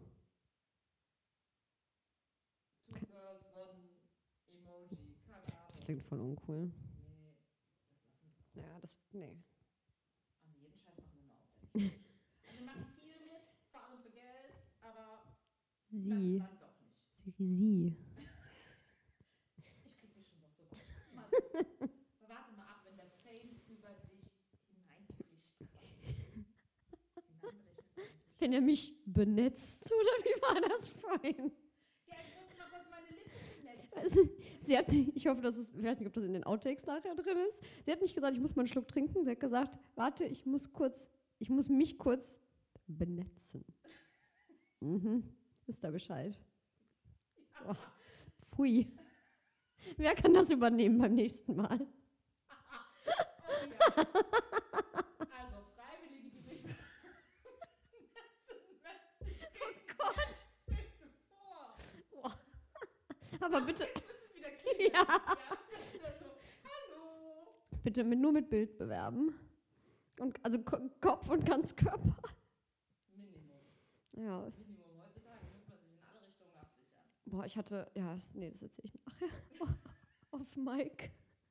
[SPEAKER 2] Two girls, one Emoji. Keine Ahnung.
[SPEAKER 1] Das klingt voll uncool.
[SPEAKER 2] Nee, das lassen wir.
[SPEAKER 1] Ja, das, nee.
[SPEAKER 2] Also jeden Scheiß machen wir nur aufwendig. Also wir machen viel mit, vor allem für Geld, aber
[SPEAKER 1] Sie.
[SPEAKER 2] das dann doch nicht.
[SPEAKER 1] Sie. Sie.
[SPEAKER 2] Ich krieg dich schon noch so weit. Mal so. Warte mal ab, wenn der Fame über dich hineinbricht. Hineinbricht ist ein bisschen
[SPEAKER 1] Wenn er mich benetzt, oder wie war das vorhin?
[SPEAKER 2] Ja, ich musste mal kurz meine Lippen schnetzen.
[SPEAKER 1] Also, sie hat, ich hoffe, dass es, ich weiß nicht, ob das in den Outtakes nachher drin ist. Sie hat nicht gesagt, ich muss mal einen Schluck trinken. Sie hat gesagt, warte, ich muss kurz, ich muss mich kurz benetzen. Mhm. Wisst ihr Bescheid? Oh, pfui. Wer kann das übernehmen beim nächsten Mal?
[SPEAKER 2] Oh ja. Also Freiwillige, die mich
[SPEAKER 1] Oh Gott.
[SPEAKER 2] vor.
[SPEAKER 1] Boah. Aber bitte,
[SPEAKER 2] Jetzt müsste es wieder klingeln.
[SPEAKER 1] Ja.
[SPEAKER 2] Ja. Das wäre so, hallo.
[SPEAKER 1] bitte mit, nur mit Bild bewerben. Und, also Ko- Kopf und ganz Körper.
[SPEAKER 2] Minimum.
[SPEAKER 1] Ja.
[SPEAKER 2] Minimum. Heutzutage muss man sich in alle Richtungen absichern.
[SPEAKER 1] Boah, ich hatte, ja, nee, das erzähle ich nachher. Auf Mike.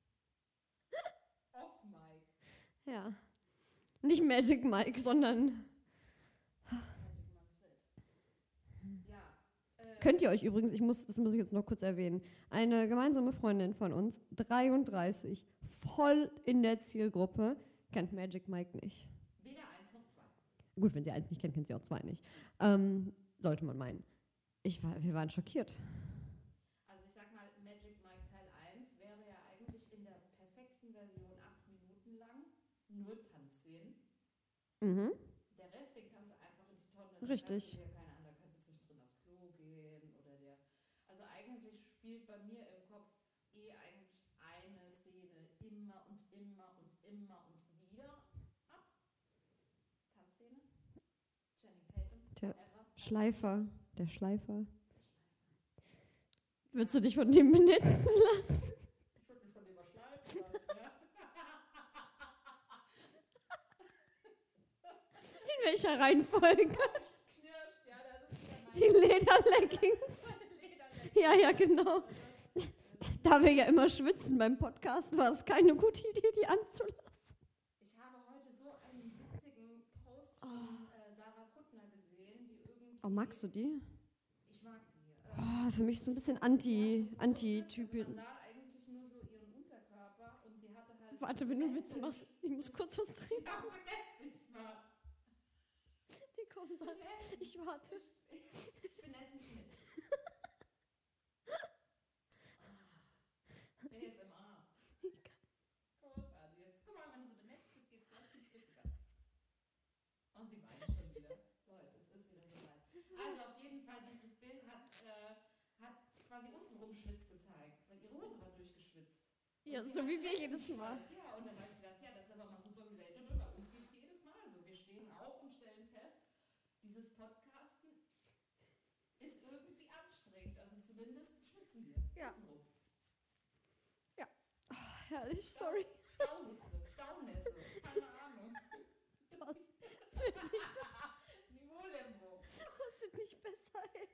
[SPEAKER 2] Off Mike.
[SPEAKER 1] Ja. Nicht Magic Mike, sondern.
[SPEAKER 2] Magic Manfred. Ja. Äh,
[SPEAKER 1] Könnt ihr euch übrigens, ich muss, das muss ich jetzt noch kurz erwähnen, eine gemeinsame Freundin von uns, dreiunddreißig, voll in der Zielgruppe, kennt Magic Mike nicht.
[SPEAKER 2] weder eins noch zwei.
[SPEAKER 1] Gut, wenn sie eins nicht kennt, kennt sie auch zwei nicht. Ähm, sollte man meinen. Ich war, wir waren schockiert.
[SPEAKER 2] Also ich sag mal, Magic Mike Teil eins wäre ja eigentlich in der perfekten Version acht Minuten lang. Nur Tanzszenen.
[SPEAKER 1] Mhm.
[SPEAKER 2] Der Rest, den kannst du einfach in die Tonne. Dann
[SPEAKER 1] Richtig.
[SPEAKER 2] kannst du dir, keine Ahnung, da kannst du zwischendrin aufs Klo gehen oder der. Also eigentlich spielt bei mir im Kopf eh eigentlich eine Szene immer und immer und immer und wieder ab. Tanzszene. Channing Tatum.
[SPEAKER 1] Der
[SPEAKER 2] Forever.
[SPEAKER 1] Schleifer, der Schleifer. Würdest du dich von dem benetzen lassen?
[SPEAKER 2] Ich würde mich von dem mal schleifen lassen, ja.
[SPEAKER 1] In welcher Reihenfolge?
[SPEAKER 2] Knirscht, ja, das ist wieder mein
[SPEAKER 1] Die Lederleggings.
[SPEAKER 2] meine Lederleggings.
[SPEAKER 1] Ja, ja, genau. Da wir ja immer schwitzen beim Podcast, war es keine gute Idee, die anzulassen.
[SPEAKER 2] Ich habe heute so einen witzigen Post von äh, Sarah Kuttner gesehen, die irgendwie...
[SPEAKER 1] Oh, magst du die?
[SPEAKER 2] Ich mag die. Äh,
[SPEAKER 1] Oh, für mich so ein bisschen Anti,
[SPEAKER 2] ja,
[SPEAKER 1] Anti-Typ.
[SPEAKER 2] also man sah eigentlich nur so ihren Unterkörper und sie hatte halt...
[SPEAKER 1] Warte, wenn du Witze machst, ich muss kurz was trinken.
[SPEAKER 2] Ja, vergesst nicht mal.
[SPEAKER 1] Die kommen so. Ich warte.
[SPEAKER 2] Ich bin jetzt nicht mit. A S M R. Großartig. Jetzt guck mal, wenn du so benetzt bist, geht's gleich viel flüssiger. Und sie weint schon wieder. Leute, es ist wieder so weit. Also auf jeden Fall, dieses Bild hat, äh, hat quasi untenrum Schwitz gezeigt, weil ihre Hose war durchgeschwitzt.
[SPEAKER 1] Ja,
[SPEAKER 2] Und sie
[SPEAKER 1] so
[SPEAKER 2] hat
[SPEAKER 1] wie wir
[SPEAKER 2] Sex
[SPEAKER 1] jedes
[SPEAKER 2] im
[SPEAKER 1] Mal.
[SPEAKER 2] Stress. Ja, und dann habe ich gedacht, ja, das ist aber mal super relatable. Bei uns geht es jedes Mal so. Wir stehen auf und stellen fest, dieses Podcasten ist irgendwie anstrengend. Also zumindest schwitzen wir.
[SPEAKER 1] Ja.
[SPEAKER 2] Untenrum.
[SPEAKER 1] Oh, herrlich, sorry.
[SPEAKER 2] Stauhitze, Staunässe, keine Ahnung.
[SPEAKER 1] Das, das, wird nicht,
[SPEAKER 2] Niveau-Lembo.
[SPEAKER 1] das wird nicht besser, ey.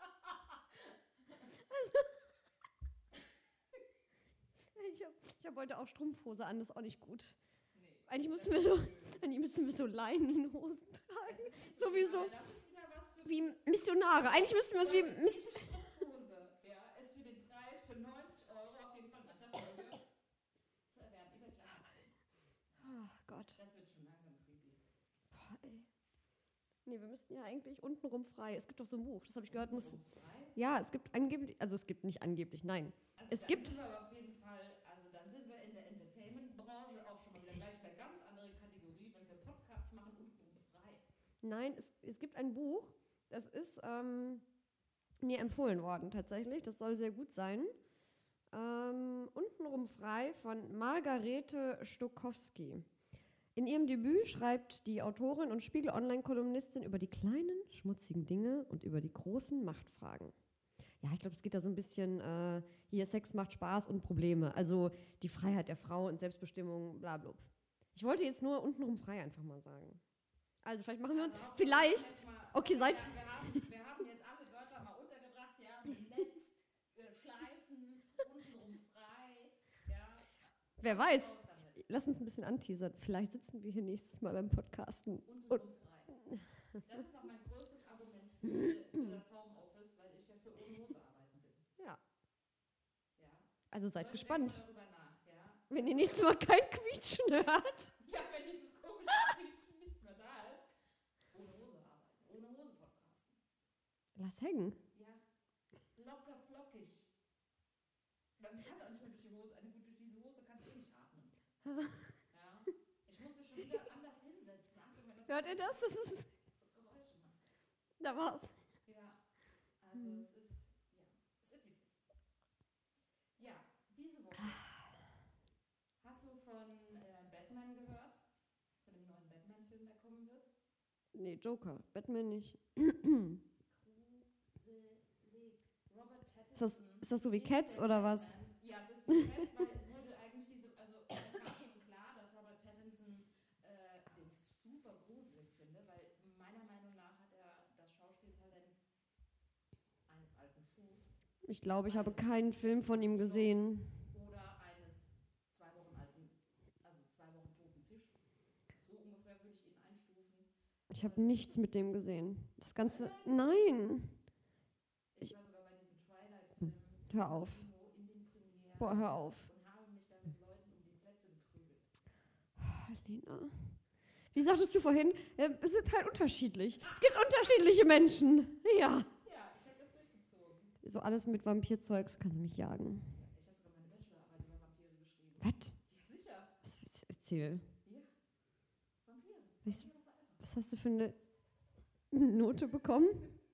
[SPEAKER 1] Ich habe ich hab heute auch Strumpfhose an, das ist auch nicht gut.
[SPEAKER 2] Nee,
[SPEAKER 1] Eigentlich
[SPEAKER 2] das
[SPEAKER 1] müssen wir
[SPEAKER 2] ist
[SPEAKER 1] so,
[SPEAKER 2] schön.
[SPEAKER 1] eigentlich müssen wir so Leinenhosen tragen.
[SPEAKER 2] Das ist nicht
[SPEAKER 1] Sowieso.
[SPEAKER 2] weil Das ist wieder was für
[SPEAKER 1] Wie Missionare. Eigentlich müssten wir uns wie Miss
[SPEAKER 2] Diese Strumpfhose, ja, ist für den Preis für neunzig Euro auf jeden Fall nach der Folge zu erwerben. Über Kleinanzeigen.
[SPEAKER 1] Oh Gott.
[SPEAKER 2] Das wird schon langsam creepy.
[SPEAKER 1] Boah, ey. Nee, wir müssten ja eigentlich untenrum frei. Es gibt doch so ein Buch, das habe ich gehört. Muss,
[SPEAKER 2] Frei?
[SPEAKER 1] ja, es gibt angeblich, also es gibt nicht angeblich, nein.
[SPEAKER 2] Also
[SPEAKER 1] Es
[SPEAKER 2] dann
[SPEAKER 1] gibt-
[SPEAKER 2] sind wir aber auf jeden Fall, also dann sind wir in der Entertainment-Branche auch schon mal wieder gleich eine ganz andere Kategorie, wenn wir Podcasts machen, untenrum frei.
[SPEAKER 1] Nein, es, es gibt ein Buch, das ist ähm, mir empfohlen worden tatsächlich. Das soll sehr gut sein. Ähm, untenrum frei von Margarete Stokowski. In ihrem Debüt schreibt die Autorin und Spiegel-Online-Kolumnistin über die kleinen, schmutzigen Dinge und über die großen Machtfragen. Ja, ich glaube, es geht da so ein bisschen, äh, hier Sex macht Spaß und Probleme. Also die Freiheit der Frau und Selbstbestimmung, bla bla. Ich wollte jetzt nur untenrum frei einfach mal sagen. Also vielleicht machen wir uns,
[SPEAKER 2] Also Hauptsache,
[SPEAKER 1] vielleicht,
[SPEAKER 2] jetzt mal-
[SPEAKER 1] okay, seid-
[SPEAKER 2] Wir, wir, haben, wir haben jetzt alle Wörter mal untergebracht, ja, benetzt, äh, Schleifen, untenrum frei, ja.
[SPEAKER 1] wer weiß,
[SPEAKER 2] Raus damit.
[SPEAKER 1] lass uns ein bisschen anteasern. Vielleicht sitzen wir hier nächstes Mal beim Podcasten.
[SPEAKER 2] Untenrum frei. Das ist auch mein größtes Argument für, für das Homeoffice, weil ich ja für ohne Hose arbeiten bin.
[SPEAKER 1] Ja,
[SPEAKER 2] Ja.
[SPEAKER 1] also seid
[SPEAKER 2] Leute,
[SPEAKER 1] gespannt,
[SPEAKER 2] denkt mal darüber nach, ja.
[SPEAKER 1] wenn ihr nächstes Mal kein Quietschen hört.
[SPEAKER 2] Ja, wenn dieses komische Quietschen nicht mehr da ist. Ohne Hose arbeiten, ohne Hose podcasten.
[SPEAKER 1] Lass hängen.
[SPEAKER 2] Ja, locker flockig. Man kann auch nicht mehr durch die Hose, eine gut durch diese Hose kannst du eh nicht atmen. Ja, ich muss mich schon wieder anders hinsetzen. Achtung, wenn das
[SPEAKER 1] Hört ihr das? Das ist,
[SPEAKER 2] so Geräusche macht.
[SPEAKER 1] da war's.
[SPEAKER 2] Ja, also
[SPEAKER 1] Hm.
[SPEAKER 2] es ist, ja, es ist wie es ist. Ja, diese Woche. Hast du von äh, Batman gehört? Von dem neuen Batman-Film, der kommen wird?
[SPEAKER 1] Nee, Joker. Batman nicht.
[SPEAKER 2] Gruselig. Robert Pattinson.
[SPEAKER 1] Ist das, ist das so wie
[SPEAKER 2] ist
[SPEAKER 1] Cats
[SPEAKER 2] der
[SPEAKER 1] oder was?
[SPEAKER 2] Batman. Ja, es ist wie Cats, weil es wurde eigentlich diese, also es war schon klar, dass Robert Pattinson, äh, den ich super gruselig finde, weil meiner Meinung nach hat er das Schauspieltalent eines alten Schuhs
[SPEAKER 1] Ich glaube, ich habe keinen Film von ihm gesehen.
[SPEAKER 2] oder eines zwei Wochen alten, also zwei Wochen toten Fischs. So ungefähr würde ich ihn einstufen.
[SPEAKER 1] Ich habe nichts mit dem gesehen. Das Ganze. Nein!
[SPEAKER 2] Ich
[SPEAKER 1] Ich-
[SPEAKER 2] war sogar bei diesem Twilight-Film
[SPEAKER 1] Hör auf.
[SPEAKER 2] im Kino in den Premieren
[SPEAKER 1] Boah, hör auf.
[SPEAKER 2] und habe mich da mit Leuten um die Plätze geprügelt.
[SPEAKER 1] Lena. Wie sagtest du vorhin? Äh, es sind halt unterschiedlich. Es gibt unterschiedliche Menschen. Ja.
[SPEAKER 2] Ja, ich habe das durchgezogen.
[SPEAKER 1] So alles mit Vampirzeugs kann sie mich jagen.
[SPEAKER 2] Ich habe sogar meine Bachelorarbeit über Vampire geschrieben.
[SPEAKER 1] Was?
[SPEAKER 2] Ja, sicher.
[SPEAKER 1] Was, was erzähl.
[SPEAKER 2] Ja. Vampire.
[SPEAKER 1] Was-
[SPEAKER 2] Vampire forever.
[SPEAKER 1] Was hast du für eine Note bekommen?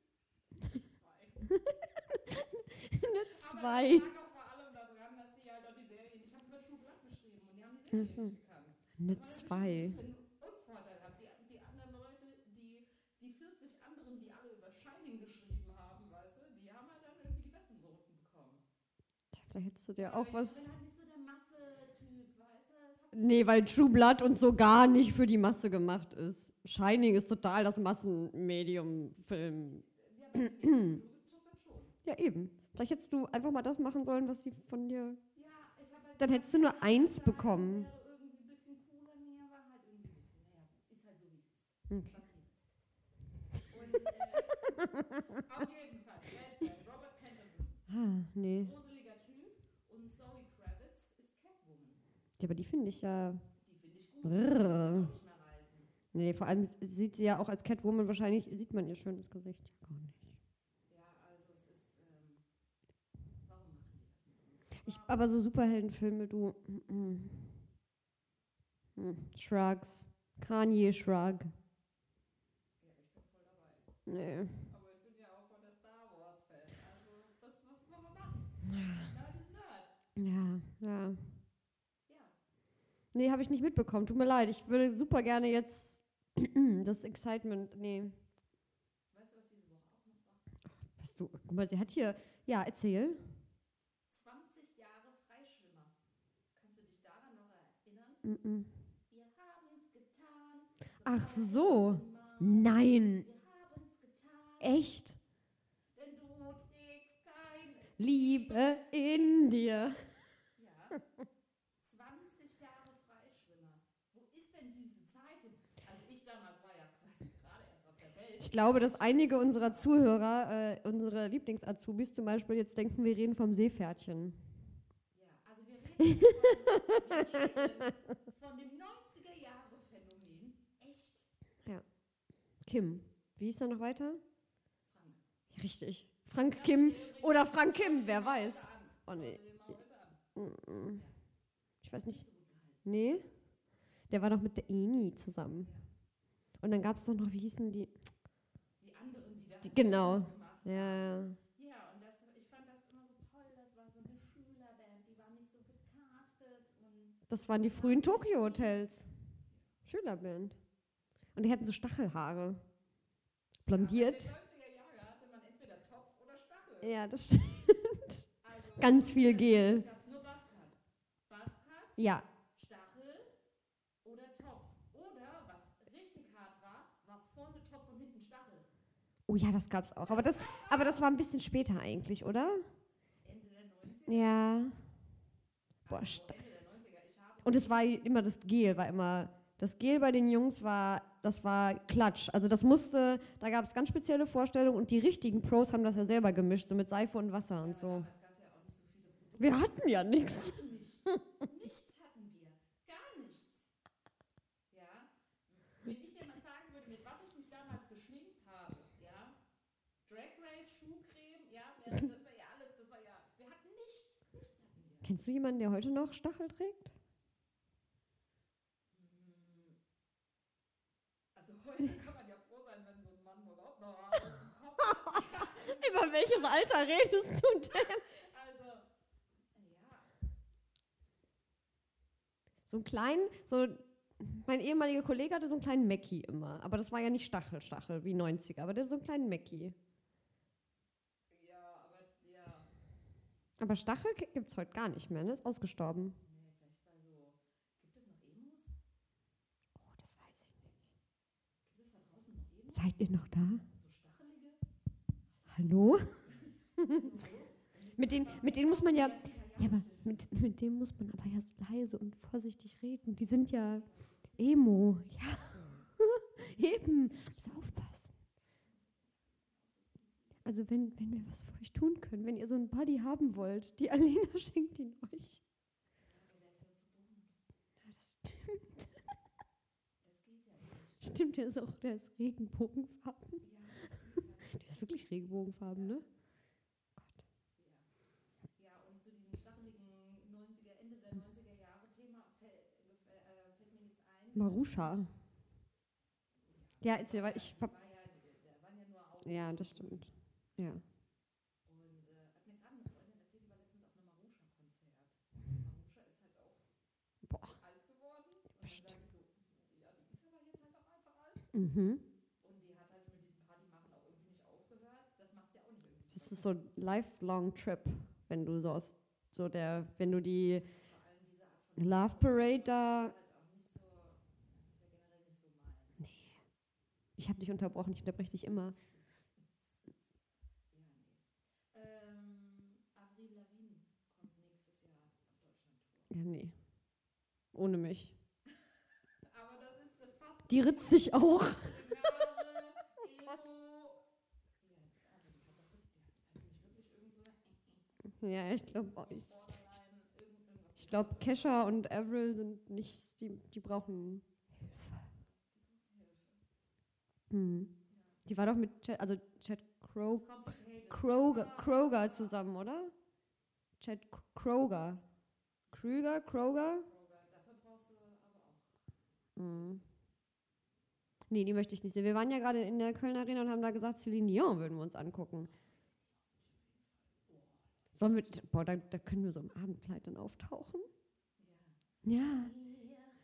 [SPEAKER 2] Zwei.
[SPEAKER 1] Eine
[SPEAKER 2] Aber
[SPEAKER 1] zwei.
[SPEAKER 2] das lag auch vor allem daran, dass sie halt auch die Serien, ich habe über True Blood geschrieben und die haben die Serie
[SPEAKER 1] Ach so.
[SPEAKER 2] nicht gekannt.
[SPEAKER 1] Eine
[SPEAKER 2] Das war natürlich
[SPEAKER 1] zwei.
[SPEAKER 2] ein bisschen unvorteilhaft. Die, die anderen Leute, die, die vierzig anderen, die alle über Shining geschrieben haben, weißt du, die haben halt dann irgendwie die besten Noten bekommen.
[SPEAKER 1] Vielleicht hättest du dir
[SPEAKER 2] Aber
[SPEAKER 1] auch
[SPEAKER 2] ich
[SPEAKER 1] was.
[SPEAKER 2] bin halt nicht so der Masse-Typ, weißt du. Ich hab-
[SPEAKER 1] Nee, weil True Blood und so gar nicht für die Masse gemacht ist. Shining ist total das Massenmedium-Film.
[SPEAKER 2] Ja, aber die Wissenschaft dann schon.
[SPEAKER 1] Ja, eben. Vielleicht hättest du einfach mal das machen sollen, was sie von dir.
[SPEAKER 2] Ja, ich hab halt
[SPEAKER 1] Dann
[SPEAKER 2] gedacht,
[SPEAKER 1] hättest du nur
[SPEAKER 2] ja,
[SPEAKER 1] eins
[SPEAKER 2] Shining
[SPEAKER 1] bekommen.
[SPEAKER 2] wäre irgendwie ein bisschen cooler, nee, war halt irgendwie nicht so. Naja, ist halt so, wie es ist.
[SPEAKER 1] Okay.
[SPEAKER 2] Und äh, auf jeden Fall, Batman, Robert Pattinson,
[SPEAKER 1] Ah, nee.
[SPEAKER 2] gruseliger Typ und Zoe Kravitz ist Catwoman.
[SPEAKER 1] Ja, aber die finde ich ja.
[SPEAKER 2] Die finde ich gut.
[SPEAKER 1] Brrr.
[SPEAKER 2] Die kann ich auch nicht mehr reißen.
[SPEAKER 1] Nee, vor allem sieht sie ja auch als Catwoman wahrscheinlich, sieht man ihr schönes Gesicht ja gar nicht.
[SPEAKER 2] Ja, also es ist, ähm, warum machen die das mit uns?
[SPEAKER 1] Ich,
[SPEAKER 2] Warum?
[SPEAKER 1] aber so Superheldenfilme, du. mm, mm. Hm, Shrugs. Kanye Shrug.
[SPEAKER 2] Ja, ich bin voll dabei.
[SPEAKER 1] Nee.
[SPEAKER 2] Aber ich bin ja auch von der Star Wars Fan. Also, was, was wollen wir machen? Nerd ist Nerd.
[SPEAKER 1] Ja, ja. Nee, habe ich nicht mitbekommen. Tut mir leid. Ich würde super gerne jetzt das Excitement. Nee.
[SPEAKER 2] Weißt du, was diese Woche auch noch war?
[SPEAKER 1] Was du. Guck mal, sie hat hier. Ja, erzähl.
[SPEAKER 2] zwanzig Jahre Freischwimmer. Kannst du dich daran noch erinnern?
[SPEAKER 1] Mm-mm.
[SPEAKER 2] Wir haben's getan.
[SPEAKER 1] Ach
[SPEAKER 2] So
[SPEAKER 1] so.
[SPEAKER 2] immer.
[SPEAKER 1] Nein.
[SPEAKER 2] Wir haben's getan.
[SPEAKER 1] Echt?
[SPEAKER 2] Denn du trägst keine
[SPEAKER 1] Liebe in dir.
[SPEAKER 2] Ja. zwanzig Jahre Freischwimmer. Wo ist denn diese Zeit hin? Also ich damals war ja quasi gerade erst auf der Welt.
[SPEAKER 1] Ich glaube, dass einige unserer Zuhörer, äh, unsere Lieblings-Azubis zum Beispiel, jetzt denken, wir reden vom Seepferdchen.
[SPEAKER 2] Ja, also wir reden, von, wir reden von dem neunziger-Jahre-Phänomen. Echt?
[SPEAKER 1] Kim. Wie ist er noch weiter?
[SPEAKER 2] Frank.
[SPEAKER 1] Ja, richtig. Frank
[SPEAKER 2] Das
[SPEAKER 1] Kim
[SPEAKER 2] hier übrigens-
[SPEAKER 1] oder Frank
[SPEAKER 2] schau dir
[SPEAKER 1] Kim,
[SPEAKER 2] den
[SPEAKER 1] wer
[SPEAKER 2] mal
[SPEAKER 1] weiß.
[SPEAKER 2] heute an.
[SPEAKER 1] Oh, nee.
[SPEAKER 2] Schau dir den mal heute an.
[SPEAKER 1] Mm-mm. Ich weiß nicht.
[SPEAKER 2] Nicht so gut gehalten.
[SPEAKER 1] Nee. Der war doch mit der Eni zusammen.
[SPEAKER 2] Ja.
[SPEAKER 1] Und dann gab es doch noch, wie hießen die?
[SPEAKER 2] Die anderen, die da
[SPEAKER 1] Die-
[SPEAKER 2] halt
[SPEAKER 1] genau.
[SPEAKER 2] gemacht
[SPEAKER 1] Ja,
[SPEAKER 2] haben.
[SPEAKER 1] ja.
[SPEAKER 2] Ja, und das, ich fand das immer so toll. Das war so eine Schülerband, die war nicht so gecastet. Und
[SPEAKER 1] Das waren die frühen Tokyo-Hotels. Schülerband. Und die hatten so Stachelhaare. Blondiert.
[SPEAKER 2] Ja, in den neunziger Jahren hatte man entweder Topf oder Stachel.
[SPEAKER 1] Ja, das stimmt.
[SPEAKER 2] Also,
[SPEAKER 1] Ganz viel Gel.
[SPEAKER 2] gab es nur Buzzcut. Buzzcut,
[SPEAKER 1] Ja.
[SPEAKER 2] Stachel oder Topf. Oder, was richtig hart war, war vorne Topf und hinten Stachel.
[SPEAKER 1] Oh ja, das gab's auch. Aber das, aber das war ein bisschen später eigentlich, oder?
[SPEAKER 2] Ende der neunziger.
[SPEAKER 1] Ja. Boah,
[SPEAKER 2] Also,
[SPEAKER 1] sta-
[SPEAKER 2] Ende der neunziger. Ich habe
[SPEAKER 1] Und es war immer das Gel, war immer. Das Gel bei den Jungs war, das war Klatsch. Also das musste, da gab es ganz spezielle Vorstellungen und die richtigen Pros haben das ja selber gemischt, so mit Seife und Wasser und so.
[SPEAKER 2] Es gab ja auch nicht so viele Produkte.
[SPEAKER 1] Wir hatten ja nichts.
[SPEAKER 2] Nichts. Nichts hatten wir. Gar nichts. Ja. Wenn ich dir mal sagen würde, mit was ich mich damals geschminkt habe, ja, Drag Race, Schuhcreme, ja, das war ja alles, das war ja, wir hatten nichts. Nichts hatten wir.
[SPEAKER 1] Kennst du jemanden, der heute noch Stachel trägt?
[SPEAKER 2] Mm. Also heute kann man ja froh sein, wenn so ein Mann überhaupt noch einen Kopf hat.
[SPEAKER 1] Über welches Alter redest du denn?
[SPEAKER 2] Also, ja.
[SPEAKER 1] So einen kleinen, so, mein ehemaliger Kollege hatte so einen kleinen Mackie immer. Aber das war ja nicht Stachel, Stachel, wie neunziger, aber der hat so einen kleinen Mackie.
[SPEAKER 2] Ja, aber ja.
[SPEAKER 1] Aber Stachel gibt es heute gar nicht mehr, ne? Ist ausgestorben.
[SPEAKER 2] Nee, vielleicht bei so. Gibt es noch Emos?
[SPEAKER 1] Oh, das weiß ich nicht.
[SPEAKER 2] Gibt es da draußen noch Emos?
[SPEAKER 1] Seid ihr noch da?
[SPEAKER 2] So stachelige?
[SPEAKER 1] Hallo?
[SPEAKER 2] Hallo?
[SPEAKER 1] Mit denen, mit denen muss man ja, ja, aber mit, mit dem muss man aber ja leise und vorsichtig reden. Die sind ja Emo. Ja, eben. Muss aufpassen. Also wenn, wenn wir was für euch tun können, wenn ihr so einen Buddy haben wollt, die Alena schenkt ihn euch. Ja, das stimmt.
[SPEAKER 2] Das geht ja nicht.
[SPEAKER 1] Stimmt, der ist auch, der ist Regenbogenfarben.
[SPEAKER 2] Ja, das geht ja nicht.
[SPEAKER 1] Der ist wirklich Regenbogenfarben, ne?
[SPEAKER 2] Ja, und zu diesem stacheligen neunziger, Ende der neunziger Jahre Thema fällt, äh, fällt mir jetzt ein.
[SPEAKER 1] Marusha. Ja, erzähl, weil ich hab,
[SPEAKER 2] War ja, da waren ja nur Augen.
[SPEAKER 1] ja, das stimmt. Ja.
[SPEAKER 2] Und äh, hat mir gerade eine Freundin erzählt, die war letztens auf einem Marusha-Konzert. Marusha ist halt auch
[SPEAKER 1] Boah.
[SPEAKER 2] alt geworden. Und dann
[SPEAKER 1] Bestimmt.
[SPEAKER 2] sag ich so, ja, die ist aber jetzt halt auch einfach alt.
[SPEAKER 1] Mhm.
[SPEAKER 2] Und die hat halt mit diesem Partymachen auch irgendwie nicht aufgehört. Das macht sie auch nicht irgendwie.
[SPEAKER 1] Das ist so ein lifelong Trip, wenn du so aus so der, wenn du die
[SPEAKER 2] Vor allem diese Art von
[SPEAKER 1] Love Parade da.
[SPEAKER 2] ist halt auch nicht so, das ist ja generell nicht so meins.
[SPEAKER 1] Nee. Ich habe dich unterbrochen, ich unterbreche dich immer.
[SPEAKER 2] Ja, nee. Ähm, Avril Lavigne kommt nächstes Jahr auf Deutschland-Tour.
[SPEAKER 1] Ja, nee. Ohne mich.
[SPEAKER 2] Aber das ist, das passt.
[SPEAKER 1] Die ritzt sich auch.
[SPEAKER 2] Signale, Emo. Ja, aber die hat doch wirklich, die hat nicht wirklich irgend so eine
[SPEAKER 1] Ja, ich glaube, ich,
[SPEAKER 2] Borderline, irgend, irgendwas.
[SPEAKER 1] ich glaube, Kesha und Avril sind nicht, die, die brauchen Hilfe. Hm. Die war doch mit, Chad, also Chad Crow,
[SPEAKER 2] Complicated.
[SPEAKER 1] Kroger, Kroger zusammen, oder? Chad Kroger. Krüger, Kroger?
[SPEAKER 2] Kroger. Dafür brauchst du aber auch.
[SPEAKER 1] Hm. Nee, die möchte ich nicht sehen. Wir waren ja gerade in der Kölner Arena und haben da gesagt, Celine Dion würden wir uns angucken. Sollen wir, boah, da, da können wir so im Abendkleid dann auftauchen.
[SPEAKER 2] Ja.
[SPEAKER 1] Ja.
[SPEAKER 2] Wir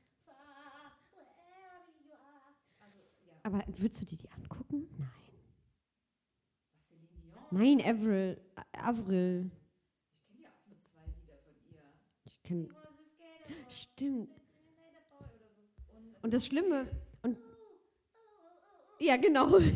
[SPEAKER 1] Aber würdest du dir die angucken? Nein.
[SPEAKER 2] Was, Celine Dion?
[SPEAKER 1] Nein, Avril. A- Avril.
[SPEAKER 2] Ich kenne ja auch nur zwei Lieder von ihr.
[SPEAKER 1] Ich kenn,
[SPEAKER 2] He was a skater boy,
[SPEAKER 1] stimmt.
[SPEAKER 2] Terminator Boy oder so. Und,
[SPEAKER 1] Und das Schlimme, und
[SPEAKER 2] Oh, oh, oh, oh,
[SPEAKER 1] ja, genau.
[SPEAKER 2] oh,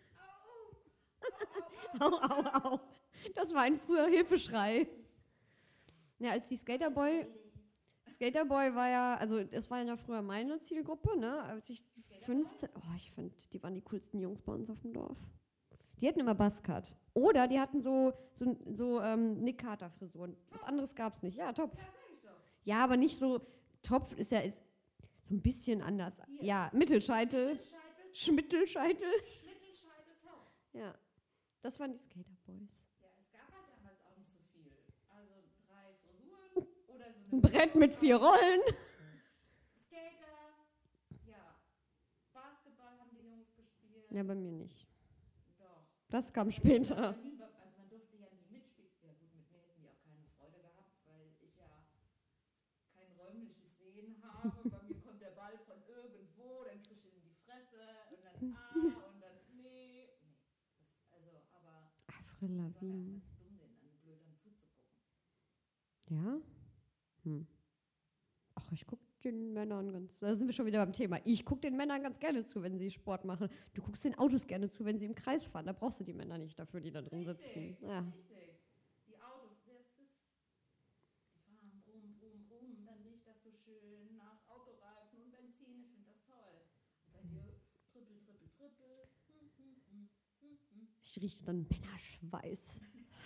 [SPEAKER 2] oh,
[SPEAKER 1] Au, au, au. Das war ein früher Hilfeschrei. Ja, als die Skaterboy, Skaterboy war ja, also es war ja früher meine Zielgruppe, ne? Als ich fünfzehn, oh, ich fand, die waren die coolsten Jungs bei uns auf dem Dorf. Die hatten immer Buzzcut. Oder die hatten so, so, so ähm, Nick Carter-Frisuren. Was anderes gab's nicht. Ja, Topf.
[SPEAKER 2] Ja, sag ich doch.
[SPEAKER 1] Ja, aber nicht so, Topf ist ja ist so ein bisschen anders.
[SPEAKER 2] Hier.
[SPEAKER 1] Ja, Mittelscheitel,
[SPEAKER 2] Scheitel,
[SPEAKER 1] Schmittelscheitel.
[SPEAKER 2] Schmittelscheitel, Topf.
[SPEAKER 1] Ja, das waren die Skaterboys.
[SPEAKER 2] Ja, es gab halt damals auch nicht so viel. Also drei Frisuren oder so
[SPEAKER 1] Ein Brett mit vier Rollen.
[SPEAKER 2] Skater, ja. Basketball haben die Jungs gespielt.
[SPEAKER 1] Ja, bei mir nicht.
[SPEAKER 2] Doch.
[SPEAKER 1] Das kam
[SPEAKER 2] Aber
[SPEAKER 1] später.
[SPEAKER 2] nie be- Also man durfte ja nie mitspielen. Ja gut, mit mir hätten die auch keine Freude gehabt, weil ich ja kein räumliches Sehen habe. Bei mir kommt der Ball von irgendwo, dann kriegst du ihn in die Fresse und dann ah und dann nee. Nee. Das, also, aber
[SPEAKER 1] Avril
[SPEAKER 2] das war ja auch
[SPEAKER 1] Lavigne.
[SPEAKER 2] mal zu dumm, denen dann so blöd dann zuzugucken.
[SPEAKER 1] Ja? Hm. Ach, ich gucke den Männern ganz, da sind wir schon wieder beim Thema. Ich gucke den Männern ganz gerne zu, wenn sie Sport machen. Du guckst den Autos gerne zu, wenn sie im Kreis fahren. Da brauchst du die Männer nicht dafür, die da drin sitzen.
[SPEAKER 2] Richtig,
[SPEAKER 1] Ja.
[SPEAKER 2] richtig. Die Autos, das ist, die fahren brumm, brumm, brumm, dann riecht das so schön nach Autoreifen und Benzin. Ich finde das toll. Und bei dir trippel, trippel, trippel. Hm, hm, hm, hm, hm.
[SPEAKER 1] Ich rieche dann Männerschweiß.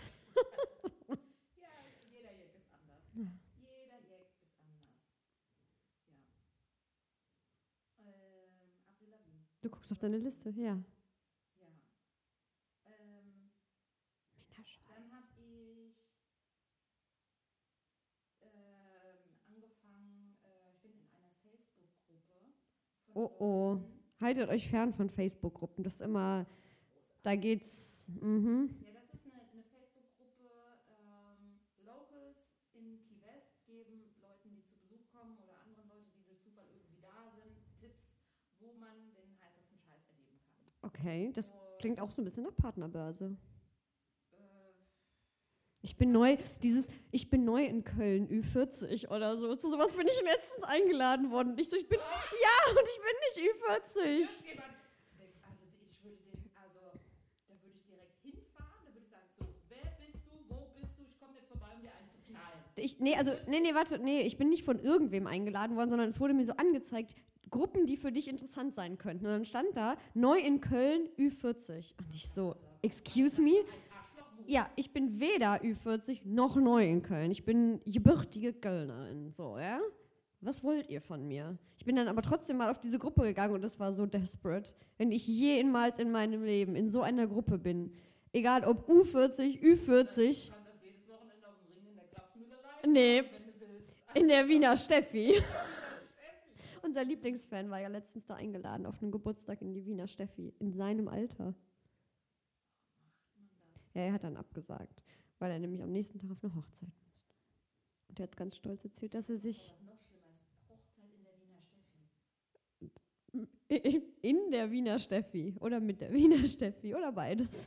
[SPEAKER 2] Ja, jeder Jack ist anders.
[SPEAKER 1] Ja.
[SPEAKER 2] Jeder Jack ist anders. Ja. Ähm, Avril Lavigne.
[SPEAKER 1] Du guckst auf deine Liste, ja.
[SPEAKER 2] Ja. Ähm,
[SPEAKER 1] Männerschweiß.
[SPEAKER 2] Dann habe ich ähm, angefangen, äh, ich bin in einer Facebook-Gruppe von
[SPEAKER 1] Oh, oh.
[SPEAKER 2] Leuten.
[SPEAKER 1] Haltet euch fern von Facebook-Gruppen. Das ist immer, da geht's, mhm.
[SPEAKER 2] Ja, das ist eine, eine Facebook-Gruppe, ähm, Locals in Key West geben Leuten, die zu Besuch kommen oder anderen Leute, die durch Zufall irgendwie da sind, Tipps, wo man den heißesten Scheiß erleben kann.
[SPEAKER 1] Okay, das
[SPEAKER 2] Und,
[SPEAKER 1] klingt auch so ein bisschen nach Partnerbörse.
[SPEAKER 2] äh,
[SPEAKER 1] Ich bin neu, dieses, ich bin neu in Köln, Ü vierzig oder so. Zu sowas bin ich letztens eingeladen worden. Und ich so, ich bin, ja, und ich bin nicht Ü vierzig.
[SPEAKER 2] Irgendjemand, also ich würde den, also da würde ich direkt hinfahren, da würde ich sagen, so, wer bist du, wo bist du, ich komme jetzt vorbei, um dir einen zu knallen.
[SPEAKER 1] Ich, nee, also, nee, nee, warte, nee, ich bin nicht von irgendwem eingeladen worden, sondern es wurde mir so angezeigt, Gruppen, die für dich interessant sein könnten. Und dann stand da, neu in Köln, Ü vierzig. Und ich so, excuse me? Ja, ich bin weder Ü vierzig noch neu in Köln. Ich bin gebürtige Kölnerin, so, ja? Was wollt ihr von mir? Ich bin dann aber trotzdem mal auf diese Gruppe gegangen und das war so desperate. Wenn ich jemals in meinem Leben in so einer Gruppe bin, egal ob U vierzig, Ü vierzig,
[SPEAKER 2] Du kannst das jedes Wochenende auf dem Ring in der Klapsmühlerei
[SPEAKER 1] Nee.
[SPEAKER 2] machen, wenn du willst.
[SPEAKER 1] in der Wiener Steffi. Unser Lieblingsfan war ja letztens da eingeladen auf einen Geburtstag in die Wiener Steffi, in seinem Alter. Ja, er hat dann abgesagt, weil er nämlich am nächsten Tag auf eine Hochzeit musste. Und er hat ganz stolz erzählt, dass er sich
[SPEAKER 2] Was noch schlimmer ist, Hochzeit in der Wiener Steffi.
[SPEAKER 1] in der Wiener Steffi oder mit der Wiener Steffi oder beides.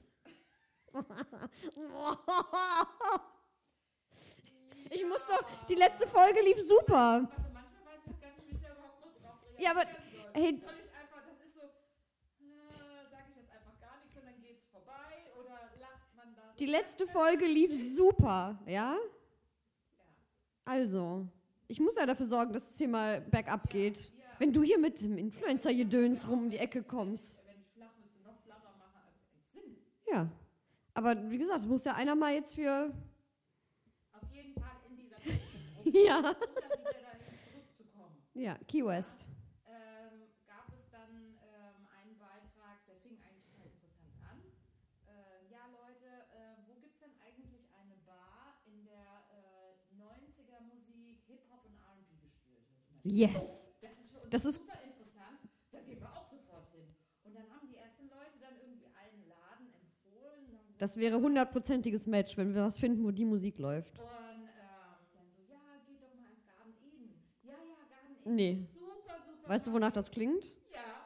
[SPEAKER 1] Ich muss doch, die letzte Folge lief super.
[SPEAKER 2] Also manchmal weiß ich gar nicht, wie ich da überhaupt noch drauf reagieren
[SPEAKER 1] Ja, aber,
[SPEAKER 2] soll.
[SPEAKER 1] hey-
[SPEAKER 2] Soll ich einfach, das ist so, äh, sage ich jetzt einfach gar nichts und dann geht's vorbei oder lacht man da so?
[SPEAKER 1] Die letzte Folge lief super, ja?
[SPEAKER 2] Ja.
[SPEAKER 1] Also, ich muss ja dafür sorgen, dass es hier mal bergab geht.
[SPEAKER 2] Ja.
[SPEAKER 1] Wenn du hier mit dem Influencer-Gedöns rum um die Ecke kommst.
[SPEAKER 2] Wenn ich flach mit noch flacher mache, als sie eigentlich sind.
[SPEAKER 1] Ja. Aber wie gesagt, muss ja einer mal jetzt für.
[SPEAKER 2] Auf jeden Fall in dieser Facebook-Gruppe,
[SPEAKER 1] Ja.
[SPEAKER 2] um dann wieder dahin zurückzukommen.
[SPEAKER 1] Ja, Key West.
[SPEAKER 2] Ähm, gab es dann ähm, einen Beitrag, der fing eigentlich total interessant an. Äh, ja, Leute, äh, wo gibt es denn eigentlich eine Bar, in der äh, neunziger-Musik, Hip-Hop und R und B gespielt wird? Und dann,
[SPEAKER 1] Yes.
[SPEAKER 2] oh, das ist für uns
[SPEAKER 1] Das ist-
[SPEAKER 2] super interessant, da gehen wir auch sofort hin. Und dann haben die ersten Leute dann irgendwie einen Laden empfohlen. Haben gesagt,
[SPEAKER 1] Das wäre hundertprozentiges Match, wenn wir was finden, wo die Musik läuft.
[SPEAKER 2] Und ähm, dann so, ja, geht doch mal ins Garden Eden. Ja, ja, Garden Eden.
[SPEAKER 1] Nee.
[SPEAKER 2] Super, super.
[SPEAKER 1] Weißt du, wonach das klingt?
[SPEAKER 2] Ja,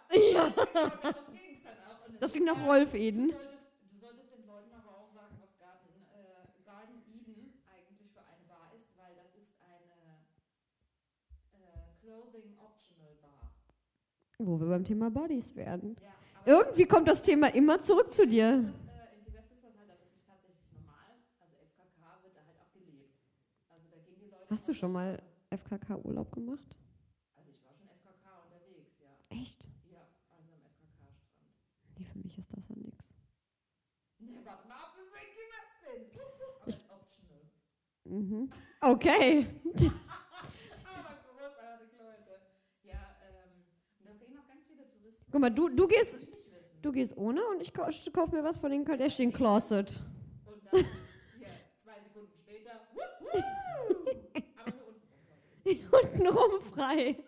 [SPEAKER 1] Ja.
[SPEAKER 2] Darum ging's dann auch. Und
[SPEAKER 1] Das klingt nach
[SPEAKER 2] insofern,
[SPEAKER 1] Rolf Eden.
[SPEAKER 2] Du solltest, du solltest den Leuten aber auch sagen, was Garden, äh, Garden Eden eigentlich für eine Bar ist, weil das ist eine äh, Clothing Optional Bar.
[SPEAKER 1] Wo wir beim Thema Bodies werden.
[SPEAKER 2] Ja, aber
[SPEAKER 1] Irgendwie kommt das Thema immer zurück zu dir.
[SPEAKER 2] äh, in Gewässer ist das halt auch wirklich tatsächlich normal. Also F K K wird da halt auch gelebt. Also da gehen die Leute.
[SPEAKER 1] Hast du
[SPEAKER 2] auf
[SPEAKER 1] schon
[SPEAKER 2] die
[SPEAKER 1] mal
[SPEAKER 2] Straße.
[SPEAKER 1] F K K-Urlaub gemacht?
[SPEAKER 2] Also ich war schon F K K unterwegs, ja.
[SPEAKER 1] Echt?
[SPEAKER 2] Ja, also am F K K-Strand.
[SPEAKER 1] Nee, für mich ist das ja nix.
[SPEAKER 2] Ne, warte mal ab, bis wir in Gewässer sind. Aber
[SPEAKER 1] Ich-
[SPEAKER 2] ist optional.
[SPEAKER 1] Mhm. Okay.
[SPEAKER 2] Aber großartig, Leute. Ja, ähm, und da gehen auch ganz viele Touristen.
[SPEAKER 1] Guck mal, du, du gehst,
[SPEAKER 2] die nicht wissen.
[SPEAKER 1] du gehst ohne und ich kau- ich kauf mir was von den Kardashian Closet.
[SPEAKER 2] Und dann, ja, zwei Sekunden später, wupp, wupp. Aber nur unten rum, Leute.
[SPEAKER 1] Untenrum frei.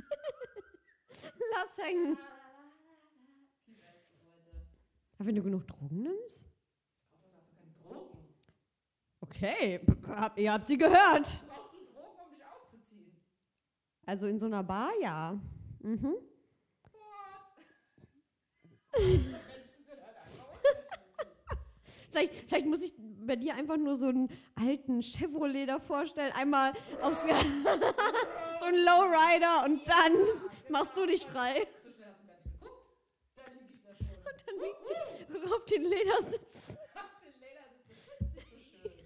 [SPEAKER 1] Lass hängen.
[SPEAKER 2] Peanuts, Leute.
[SPEAKER 1] Aber wenn du genug Drogen nimmst?
[SPEAKER 2] Ich brauche dafür keine Drogen.
[SPEAKER 1] Okay, hab, ihr habt sie gehört.
[SPEAKER 2] Brauchst du Drogen, um dich auszuziehen?
[SPEAKER 1] Also in so einer Bar, ja. Mhm.
[SPEAKER 2] What? Menschen sind halt einfach unterschiedlich.
[SPEAKER 1] Vielleicht, vielleicht muss ich bei dir einfach nur so einen alten Chevrolet da vorstellen. Einmal aufs so ein Lowrider und dann machst du dich frei.
[SPEAKER 2] So schnell hast du gar nicht geguckt. Da liege ich da schon.
[SPEAKER 1] Dann liegt sie auf den Ledersitz.
[SPEAKER 2] Auf den Ledersitz, das ist nicht so schön.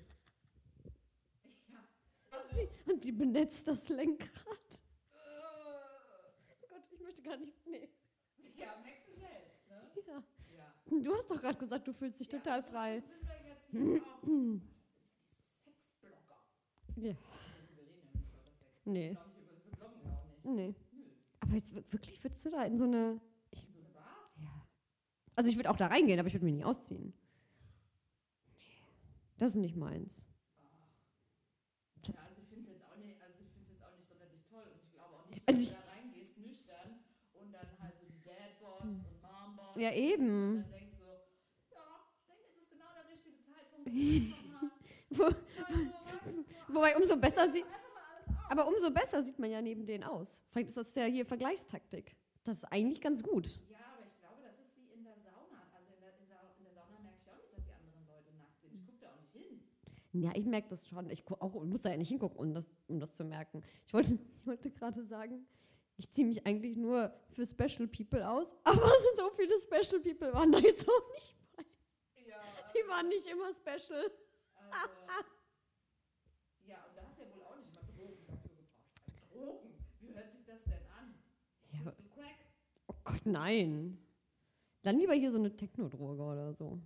[SPEAKER 2] Ja.
[SPEAKER 1] Und sie, und sie benetzt das Lenkrad.
[SPEAKER 2] Äh,
[SPEAKER 1] Oh Gott, ich möchte gar nicht. Nee.
[SPEAKER 2] Ja, merkst du selbst, ne?
[SPEAKER 1] Ja.
[SPEAKER 2] Ja.
[SPEAKER 1] Du hast doch gerade gesagt, du fühlst dich total frei.
[SPEAKER 2] Sind wir jetzt hier auch. Sexblogger.
[SPEAKER 1] Ja.
[SPEAKER 2] Wir reden ja nicht über Sex.
[SPEAKER 1] Nee.
[SPEAKER 2] Ich glaube, wir bloggen ja auch nicht.
[SPEAKER 1] Nee.
[SPEAKER 2] Nö.
[SPEAKER 1] Aber jetzt wir- wirklich, würdest du da in so eine.
[SPEAKER 2] In so eine Bar?
[SPEAKER 1] Ja. Also ich würde auch da reingehen, aber ich würde mich nicht ausziehen. Nee. Das ist nicht meins.
[SPEAKER 2] Ja, also ich finde es jetzt auch nicht, also ich finde es jetzt auch nicht sonderlich toll und ich glaube auch nicht,
[SPEAKER 1] Also
[SPEAKER 2] dass
[SPEAKER 1] ich-
[SPEAKER 2] du da reingehst, nüchtern und dann halt so die Dadbots und Mombots
[SPEAKER 1] Ja,
[SPEAKER 2] und
[SPEAKER 1] eben.
[SPEAKER 2] dann denkst du, ja, ich denke, es ist genau der richtige Zeitpunkt, um das zu machen.
[SPEAKER 1] Wo,
[SPEAKER 2] Also, weißt du,
[SPEAKER 1] wobei umso besser sieht.
[SPEAKER 2] einfach mal alles auf.
[SPEAKER 1] Aber umso besser sieht man ja neben denen aus. Vielleicht ist das ja hier Vergleichstaktik. Das ist eigentlich ganz gut.
[SPEAKER 2] Ja, aber ich glaube, das ist wie in der Sauna. Also in der, in der, in der Sauna merke ich auch nicht, dass die anderen Leute nackt sind. Ich gucke da auch nicht hin.
[SPEAKER 1] Ja, ich merke das schon. Ich gu- auch, muss da ja nicht hingucken, um das, um das zu merken. Ich wollte, ich wollte gerade sagen, ich ziehe mich eigentlich nur für Special People aus. Aber so viele Special People waren da jetzt auch nicht bei.
[SPEAKER 2] Ja,
[SPEAKER 1] Die waren nicht immer special.
[SPEAKER 2] also, ja, und da hast du ja wohl auch nicht mal Drogen dafür gebraucht. Drogen? Wie hört sich das denn an?
[SPEAKER 1] Ja,
[SPEAKER 2] Bist du Crack?
[SPEAKER 1] oh Gott, nein. Dann lieber hier so eine Technodroge oder so.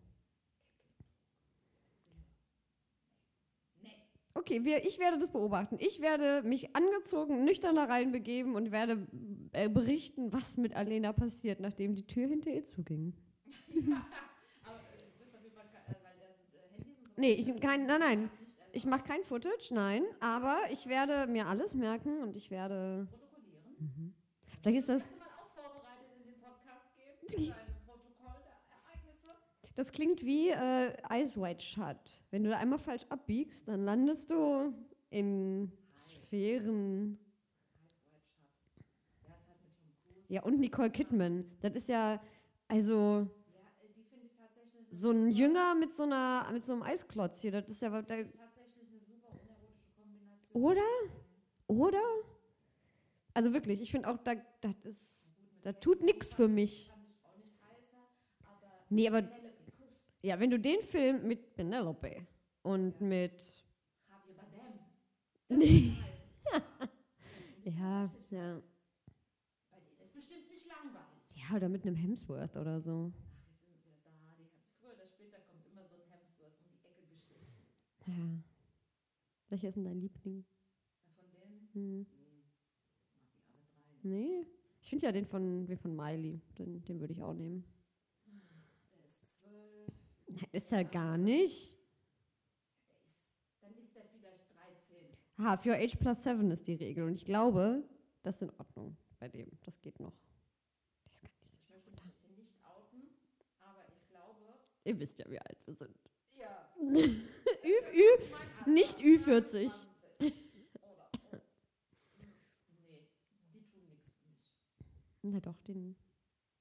[SPEAKER 2] Nee.
[SPEAKER 1] Okay, wir, ich werde das beobachten. Ich werde mich angezogen, nüchtern da reinbegeben und werde äh, berichten, was mit Alena passiert, nachdem die Tür hinter ihr zuging.
[SPEAKER 2] Aber äh, du bist auf jeden Fall, ke- äh, weil da sind äh, Handys und so.
[SPEAKER 1] Nee, ich, kein, nein, nein.
[SPEAKER 2] Nicht
[SPEAKER 1] Ich
[SPEAKER 2] erlaubt.
[SPEAKER 1] mache kein Footage, nein, aber ich werde mir alles merken und ich werde.
[SPEAKER 2] Protokollieren.
[SPEAKER 1] Mhm. Vielleicht ist das.
[SPEAKER 2] Kannst du mal auch vorbereitet in den Podcast gehen? Für ein Protokoll der Ereignisse?
[SPEAKER 1] Das klingt wie äh, Eyes Wide Shut. Wenn du da einmal falsch abbiegst, dann landest du in Sphären.
[SPEAKER 2] Eyes Wide Shut. Ja, ist halt mit Tom Cruise.
[SPEAKER 1] Ja, und Nicole Kidman. Das ist ja, also,
[SPEAKER 2] Ja, äh, die finde ich tatsächlich. eine
[SPEAKER 1] so ein
[SPEAKER 2] super-
[SPEAKER 1] Jünger mit so, einer, mit so einem Eisklotz hier. Das ist ja. Da,
[SPEAKER 2] Tatsächlich eine super unerotische Kombination.
[SPEAKER 1] Oder? Oder? Also wirklich, ich finde auch, da, das ist, da tut nichts für mich.
[SPEAKER 2] Fand ich auch nicht heißer, aber
[SPEAKER 1] Nee, aber
[SPEAKER 2] Penelope Cruz,
[SPEAKER 1] ja, wenn du den Film mit Penelope und mit.
[SPEAKER 2] Javier Bardem.
[SPEAKER 1] Nee.
[SPEAKER 2] Heiß.
[SPEAKER 1] Ja, ja.
[SPEAKER 2] Bei denen ist bestimmt nicht langweilig.
[SPEAKER 1] Ja, oder mit einem Hemsworth oder so.
[SPEAKER 2] Ach, jetzt sind wir wieder da. Die haben, früher oder später kommt immer so ein Hemsworth um die Ecke geschlichen.
[SPEAKER 1] Ja. Welcher ist denn dein Liebling?
[SPEAKER 2] Na, von denen?
[SPEAKER 1] Hm.
[SPEAKER 2] Nee. Mag die alle drei nicht.
[SPEAKER 1] Nee. Ich finde ja den von, den von Miley. Den, den würde ich auch nehmen.
[SPEAKER 2] Der ist zwölf.
[SPEAKER 1] Nein, ist er gar nicht.
[SPEAKER 2] Der ist, dann ist der vielleicht dreizehn.
[SPEAKER 1] Ha, für Age plus seven ist die Regel. Und ich glaube, das ist in Ordnung bei dem. Das geht noch. Das ist gar nicht so.
[SPEAKER 2] Ich möchte mich jetzt hier nicht outen, aber ich glaube,
[SPEAKER 1] Ihr wisst ja, wie alt wir sind.
[SPEAKER 2] ja.
[SPEAKER 1] Ü, Ü, nicht Ü vierzig.
[SPEAKER 2] Oder, oh. Nee, die tun nichts für mich.
[SPEAKER 1] Na doch, den.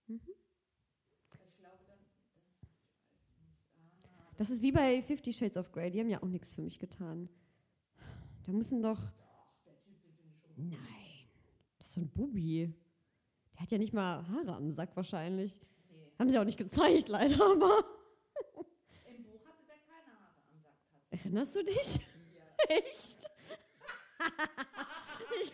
[SPEAKER 1] Mhm.
[SPEAKER 2] Ich glaube dann, dann ich weiß es nicht. Ah,
[SPEAKER 1] Das ist wie bei Fifty Shades of Grey, die haben ja auch nichts für mich getan. Da müssen doch...
[SPEAKER 2] doch, der Typ, den finde ich schon gut.
[SPEAKER 1] Nein, das ist so ein Bubi. Der hat ja nicht mal Haare am Sack wahrscheinlich.
[SPEAKER 2] Nee.
[SPEAKER 1] Haben sie auch nicht gezeigt, leider, aber...
[SPEAKER 2] Im Buch hatte der keine Haare am Sack. Tatsächlich.
[SPEAKER 1] Erinnerst du dich?
[SPEAKER 2] Ja.
[SPEAKER 1] Echt? ich,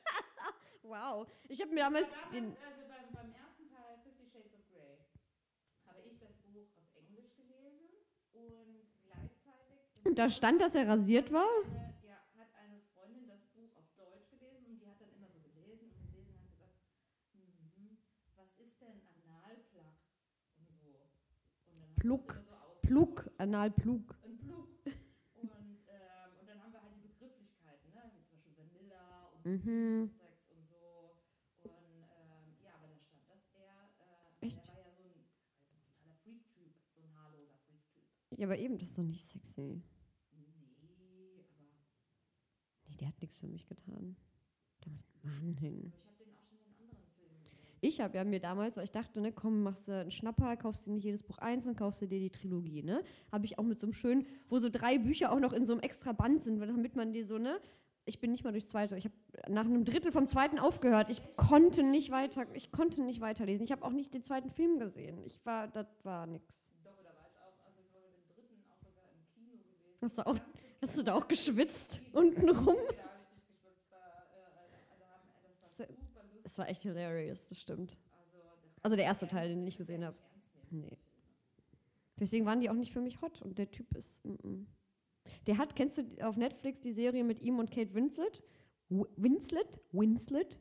[SPEAKER 1] wow. Ich habe mir damals
[SPEAKER 2] damals,
[SPEAKER 1] den...
[SPEAKER 2] also beim, beim ersten Teil Fifty Shades of Grey habe ich das Buch auf Englisch gelesen und gleichzeitig
[SPEAKER 1] Da stand, dass er rasiert war.
[SPEAKER 2] eine, ja, hat eine Freundin das Buch auf Deutsch gelesen und die hat dann immer so gelesen und gelesen und hat gesagt, mhm, was ist denn Analplug und so. Und dann haben wir
[SPEAKER 1] Plug.
[SPEAKER 2] uns immer so ausgetauscht.
[SPEAKER 1] Plug, Analplug.
[SPEAKER 2] Ein Plug. Und, ähm, und dann haben wir halt die Begrifflichkeiten, ne? Wie zum Beispiel Vanilla und
[SPEAKER 1] Mhm.
[SPEAKER 2] Sex und so. Und ähm, ja, aber da stand, dass er, äh,
[SPEAKER 1] Echt?
[SPEAKER 2] der war ja so ein, also ein totaler Freak-Typ, so ein haarloser Freak-Typ.
[SPEAKER 1] Ja, aber eben, das ist doch nicht sexy.
[SPEAKER 2] Nee, aber,
[SPEAKER 1] Nee, der hat nichts für mich getan. Da muss ein Mann hin.
[SPEAKER 2] aber ich habe den auch schon in anderen Filmen gesehen.
[SPEAKER 1] Ich habe ja mir damals, weil ich dachte, ne, komm, machst du einen Schnapper, kaufst dir nicht jedes Buch einzeln, kaufst du dir die Trilogie, ne? Habe ich auch mit so einem schönen, wo so drei Bücher auch noch in so einem extra Band sind, weil damit man die so, ne? Ich bin nicht mal durchs zweite, ich habe nach einem Drittel vom zweiten aufgehört. Ich konnte nicht weiter, ich konnte nicht weiterlesen. Ich habe auch nicht den zweiten Film gesehen. Ich war, das war nix.
[SPEAKER 2] Doch, da war ich auch, also ich war mit dem dritten auch sogar im Kino gewesen.
[SPEAKER 1] Hast du auch-
[SPEAKER 2] Das ganze
[SPEAKER 1] Hast du
[SPEAKER 2] Kino
[SPEAKER 1] da auch
[SPEAKER 2] war
[SPEAKER 1] geschwitzt
[SPEAKER 2] im Kino.
[SPEAKER 1] untenrum?
[SPEAKER 2] Nee, da habe ich nicht geschwitzt. Da, äh, also haben, das war
[SPEAKER 1] So-
[SPEAKER 2] super lustig.
[SPEAKER 1] Es war echt hilarious, das stimmt.
[SPEAKER 2] Also, das
[SPEAKER 1] Also der
[SPEAKER 2] kannst
[SPEAKER 1] erste
[SPEAKER 2] du
[SPEAKER 1] Teil,
[SPEAKER 2] ernst
[SPEAKER 1] den ich
[SPEAKER 2] nehmen,
[SPEAKER 1] gesehen
[SPEAKER 2] das
[SPEAKER 1] habe.
[SPEAKER 2] kannst du ernst nehmen,
[SPEAKER 1] Nee.
[SPEAKER 2] die Filme.
[SPEAKER 1] Deswegen waren die auch nicht für mich hot. Und der Typ ist. Mm -mm. Der hat, kennst du die- auf Netflix die Serie mit ihm und Kate Winslet? W Winslet? Winslet?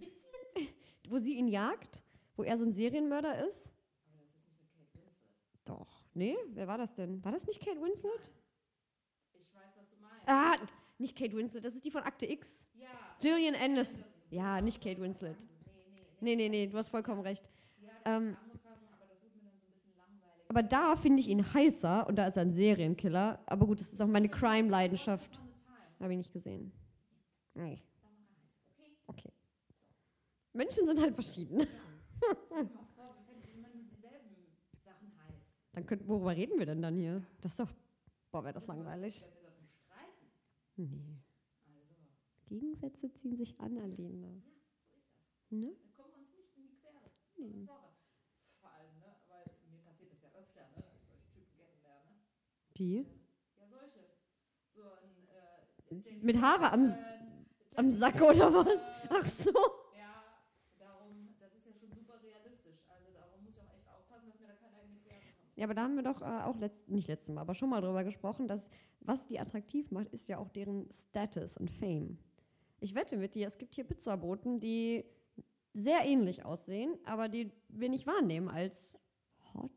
[SPEAKER 1] Wo sie ihn jagt? Wo er so ein Serienmörder ist?
[SPEAKER 2] Aber das ist nicht mit Kate Winslet.
[SPEAKER 1] Doch. Nee? Wer war das denn? War das nicht Kate Winslet?
[SPEAKER 2] Ich weiß, was du meinst.
[SPEAKER 1] Ah, nicht Kate Winslet. Das ist die von Akte X.
[SPEAKER 2] Ja.
[SPEAKER 1] Gillian Anderson.
[SPEAKER 2] Anderson.
[SPEAKER 1] Ja, nicht Kate Winslet. Nee, nee, nee, du hast vollkommen recht.
[SPEAKER 2] Ja, da
[SPEAKER 1] Ähm,
[SPEAKER 2] hab ich angefangen, aber das wurde mir dann so ein bisschen langweilig.
[SPEAKER 1] Aber da finde ich ihn heißer und da ist er ein Serienkiller. Aber gut, das ist auch meine Crime-Leidenschaft.
[SPEAKER 2] Once Upon a Time.
[SPEAKER 1] Habe ich nicht gesehen. Nee.
[SPEAKER 2] Da war er heiß. Okay.
[SPEAKER 1] Okay. Menschen sind halt verschieden.
[SPEAKER 2] Ja. Stell dir mal vor, wir fänden immer nur dieselben Sachen heiß.
[SPEAKER 1] Dann könnten, worüber reden wir denn dann hier? Das ist doch, boah, wäre das
[SPEAKER 2] Wir wollen
[SPEAKER 1] langweilig.
[SPEAKER 2] uns jetzt davon streiten.
[SPEAKER 1] Nee.
[SPEAKER 2] Also,
[SPEAKER 1] Gegensätze ziehen sich an, Alena.
[SPEAKER 2] ja, so ist das.
[SPEAKER 1] Ne?
[SPEAKER 2] Da kommen wir uns nicht in die Quere.
[SPEAKER 1] Nee.
[SPEAKER 2] Vor, vor allem, ne? Weil mir passiert das ja öfter, ne? Dass ich solche Typen kennenlerne.
[SPEAKER 1] Die?
[SPEAKER 2] Ja, solche. So ein äh, James
[SPEAKER 1] Mit Haare am,
[SPEAKER 2] Bond,
[SPEAKER 1] am
[SPEAKER 2] James
[SPEAKER 1] Sack oder was?
[SPEAKER 2] Bond,
[SPEAKER 1] Ach so.
[SPEAKER 2] Ja, darum, das ist ja schon super realistisch. Also darum muss ich auch echt aufpassen, dass mir da keiner in die Quere kommt.
[SPEAKER 1] Ja, aber da haben wir doch äh, auch letzt, nicht letztes Mal, aber schon mal drüber gesprochen, dass was die attraktiv macht, ist ja auch deren Status und Fame. Ich wette mit dir, es gibt hier Pizzaboten, die sehr ähnlich aussehen, aber die wir nicht wahrnehmen als hot,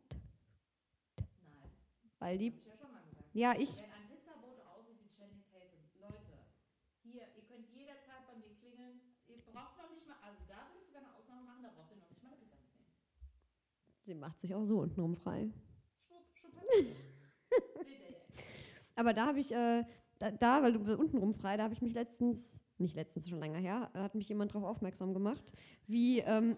[SPEAKER 2] Nein,
[SPEAKER 1] weil die,
[SPEAKER 2] hab ich ja schon mal gesagt.
[SPEAKER 1] ja, ich,
[SPEAKER 2] Wenn ein Pizzabote aussieht wie Channing Tatum, Leute, hier, ihr könnt jederzeit bei mir klingeln. Ihr braucht noch nicht mal, also da würde ich sogar eine Ausnahme machen, da braucht ihr noch nicht mal eine Pizza mitnehmen.
[SPEAKER 1] sie macht sich auch so untenrum frei.
[SPEAKER 2] Schwupp, schon passiert. Seht ihr jetzt.
[SPEAKER 1] Aber da habe ich, äh, da, da, weil du untenrum frei, da habe ich mich letztens, nicht letztens, schon länger her, hat mich jemand darauf aufmerksam gemacht, wie, ähm,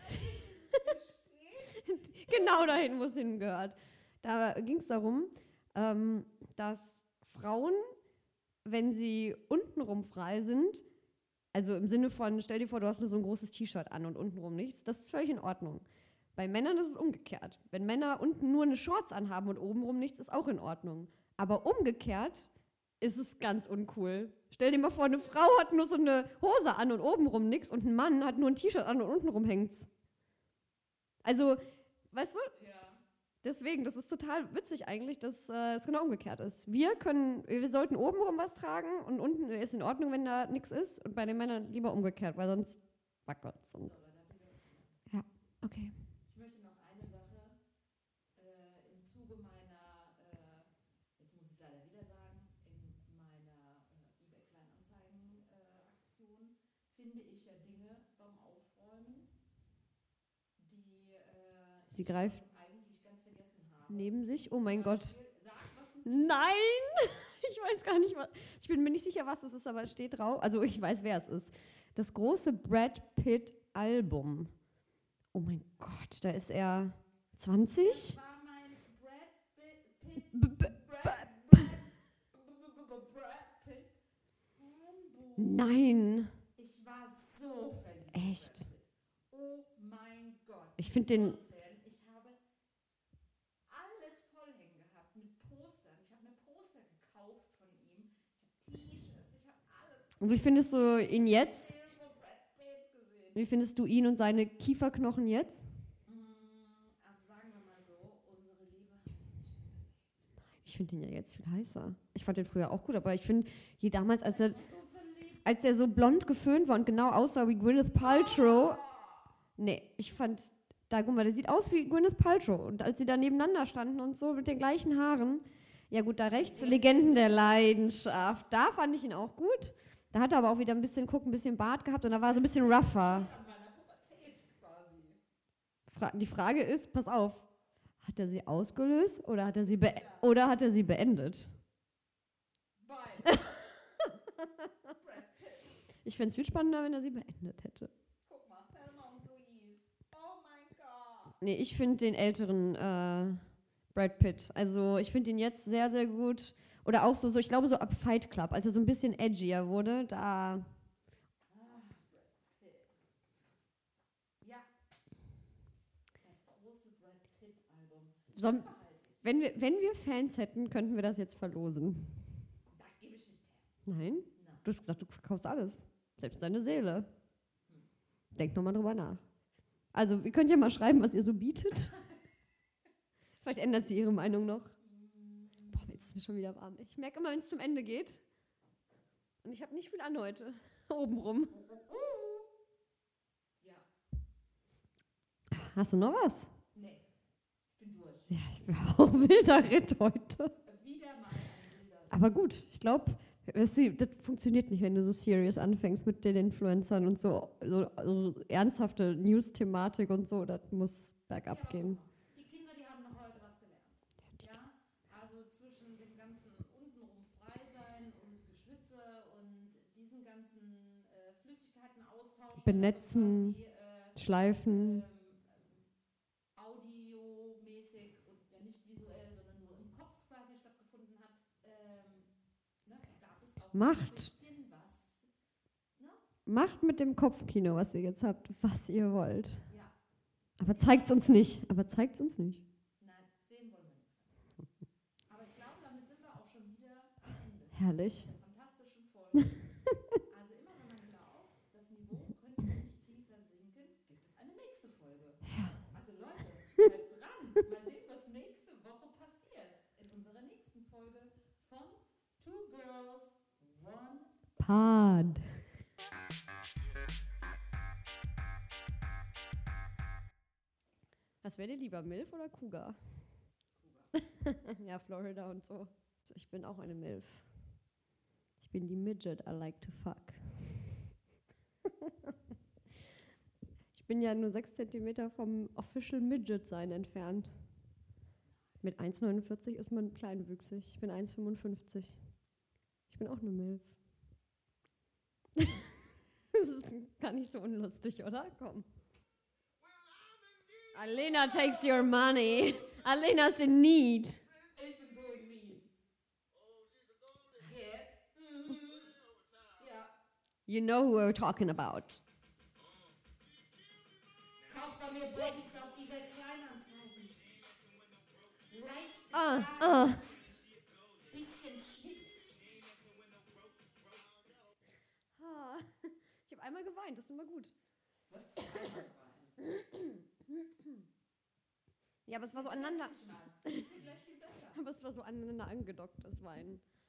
[SPEAKER 1] genau dahin, wo es hingehört. Da ging es darum, ähm, dass Frauen, wenn sie untenrum frei sind, also im Sinne von, stell dir vor, du hast nur so ein großes T-Shirt an und untenrum nichts, das ist völlig in Ordnung. Bei Männern ist es umgekehrt. Wenn Männer unten nur eine Shorts anhaben und obenrum nichts, ist auch in Ordnung. Aber umgekehrt ist es ganz uncool. Stell dir mal vor, eine Frau hat nur so eine Hose an und obenrum nichts und ein Mann hat nur ein T-Shirt an und untenrum hängt's. Also, weißt du,
[SPEAKER 2] Ja.
[SPEAKER 1] deswegen, das ist total witzig eigentlich, dass äh, es genau umgekehrt ist. Wir können, wir sollten obenrum was tragen und unten ist in Ordnung, wenn da nichts ist und bei den Männern lieber umgekehrt, weil sonst wackelt's. Und
[SPEAKER 2] So, aber da haben wir uns gemacht.
[SPEAKER 1] okay.
[SPEAKER 2] Ich möchte noch eine Sache äh, im Zuge meiner, äh, jetzt muss ich leider wieder sagen, in meiner äh, eBay Kleinanzeigen-Aktion finde ich ja Dinge beim Aufräumen, die äh,
[SPEAKER 1] Sie
[SPEAKER 2] ich
[SPEAKER 1] greift
[SPEAKER 2] schon eigentlich ganz vergessen habe.
[SPEAKER 1] neben sich. Oh mein
[SPEAKER 2] Zum
[SPEAKER 1] Gott.
[SPEAKER 2] Beispiel, sag, was du siehst.
[SPEAKER 1] Nein! Ich weiß gar nicht, was. Ich bin mir nicht sicher, was es ist, aber es steht drauf. Also ich weiß, wer es ist. Das große Brad Pitt Album. Oh mein Gott, da ist er zwanzig?
[SPEAKER 2] Das war mein Brad Pitt.
[SPEAKER 1] B b
[SPEAKER 2] Brad, Brad, Brad Pitt. Hamburg.
[SPEAKER 1] Nein.
[SPEAKER 2] Ich war so verliebt.
[SPEAKER 1] Echt?
[SPEAKER 2] in Brad Pitt. Oh mein Gott.
[SPEAKER 1] Ich finde den.
[SPEAKER 2] Ich habe alles vollhängen gehabt mit Postern. Ich habe mir Poster gekauft von ihm. Ich habe T-Shirts, ich habe alles.
[SPEAKER 1] Und wie findest du ihn jetzt?
[SPEAKER 2] Film von Brad Pitt gesehen.
[SPEAKER 1] Wie findest du ihn und seine Kieferknochen jetzt?
[SPEAKER 2] Mm, Also sagen wir mal so, unsere Liebe hat es nicht überlebt.
[SPEAKER 1] Ich finde ihn ja jetzt viel heißer. Ich fand den früher auch gut, aber ich finde, je damals, als er,
[SPEAKER 2] Ich war so verliebt.
[SPEAKER 1] als er so blond geföhnt war und genau aussah wie Gwyneth Paltrow. Nee, ich fand, da guck mal, der sieht aus wie Gwyneth Paltrow. Und als sie da nebeneinander standen und so mit den gleichen Haaren, ja gut, da rechts, Legenden der Leidenschaft, da fand ich ihn auch gut. Da hat er aber auch wieder ein bisschen, guck, ein bisschen Bart gehabt und da war er so ein bisschen rougher.
[SPEAKER 2] An meiner Pubertät quasi.
[SPEAKER 1] Fra die Frage ist, pass auf, hat er sie ausgelöst oder hat er sie, be oder hat er sie beendet?
[SPEAKER 2] Beide. Brad Pitt.
[SPEAKER 1] Ich fände es viel spannender, wenn er sie beendet hätte.
[SPEAKER 2] Guck mal, Thelma und Louise. Oh mein Gott.
[SPEAKER 1] Nee, ich finde den älteren äh, Brad Pitt. Also ich finde ihn jetzt sehr, sehr gut. Oder auch so, so, ich glaube so ab Fight Club, als er so ein bisschen edgier wurde, da...
[SPEAKER 2] Ah, Brad Pitt. Ja. Das große Brad Pitt-Album.
[SPEAKER 1] So,
[SPEAKER 2] Das behalte ich.
[SPEAKER 1] wenn, wir, wenn wir Fans hätten, könnten wir das jetzt verlosen.
[SPEAKER 2] Das gebe ich nicht her.
[SPEAKER 1] Nein?
[SPEAKER 2] Nein.
[SPEAKER 1] Du hast gesagt, du verkaufst alles. Selbst deine Seele.
[SPEAKER 2] Hm.
[SPEAKER 1] Denk nochmal drüber nach. Also, ihr könnt ja mal schreiben, was ihr so bietet. Vielleicht ändert sie ihre Meinung noch. Boah, jetzt ist mir schon wieder warm. Ich merke immer, wenn es zum Ende geht. Und ich habe nicht viel an heute. Obenrum.
[SPEAKER 2] Ja.
[SPEAKER 1] Hast du noch was?
[SPEAKER 2] Nee. Ich bin durch.
[SPEAKER 1] Ja, ich bin auch wilder Ritt heute.
[SPEAKER 2] Wieder mal ein Bilder.
[SPEAKER 1] Aber gut, ich glaube, das funktioniert nicht, wenn du so serious anfängst mit den Influencern und so, so, so ernsthafte News-Thematik und so. Das muss bergab
[SPEAKER 2] Ja, aber
[SPEAKER 1] gehen.
[SPEAKER 2] guck mal, die Kinder, die haben noch heute was gelernt. Ja? Also zwischen dem ganzen untenrum frei sein und Geschwitze und diesen ganzen äh, Flüssigkeiten austauschen.
[SPEAKER 1] Benetzen,
[SPEAKER 2] also quasi, äh,
[SPEAKER 1] Schleifen.
[SPEAKER 2] ähm, audiomäßig und ja nicht visuell, sondern nur im Kopf quasi stattgefunden hat, ähm, ne, gab es auch
[SPEAKER 1] Macht.
[SPEAKER 2] ein bisschen was. Ne?
[SPEAKER 1] Macht mit dem Kopfkino, was ihr jetzt habt, was ihr wollt.
[SPEAKER 2] Ja,
[SPEAKER 1] Aber zeigt's uns nicht. Aber zeigt's uns nicht.
[SPEAKER 2] nein, sehen wollen wir nichts. Aber ich glaube, damit sind wir auch schon wieder am Ende.
[SPEAKER 1] Herrlich.
[SPEAKER 2] Der fantastischen Folge. Also immer wenn man glaubt, das Niveau könnte nicht tiefer sinken, gibt es eine nächste Folge.
[SPEAKER 1] Ja.
[SPEAKER 2] Also Leute, bleibt dran. Mal sehen, was nächste Woche passiert. In unserer nächsten Folge von Two Girls, One
[SPEAKER 1] Pod. Was wäre dir lieber, Milf oder Cougar?
[SPEAKER 2] Cougar.
[SPEAKER 1] Ja, Florida und so. Ich bin auch eine Milf. Ich bin die Midget I like to fuck. Ich bin ja nur sechs Zentimeter vom Official Midget sein entfernt. Mit eins Komma neunundvierzig ist man kleinwüchsig. Ich bin eins Komma fünfundfünfzig. Ich bin auch eine Milf. Das ist gar nicht so unlustig, oder? Komm. Alena takes your money. Alena's in need.
[SPEAKER 2] Ich bin so in need. Yes. Mhm. Ja.
[SPEAKER 1] You know who we're talking about.
[SPEAKER 2] Kauft bei mir Bodies auf die Welt Kleinanzeigen. Leicht
[SPEAKER 1] Ah,
[SPEAKER 2] getragen,
[SPEAKER 1] ah.
[SPEAKER 2] bisschen Schnitt.
[SPEAKER 1] Ah, ich habe einmal geweint, das ist immer gut.
[SPEAKER 2] Was ist einmal rein?
[SPEAKER 1] Ja, aber es war so aneinander,
[SPEAKER 2] Mal. Geht's dir gleich viel besser.
[SPEAKER 1] aber es war so aneinander angedockt, das Weinen.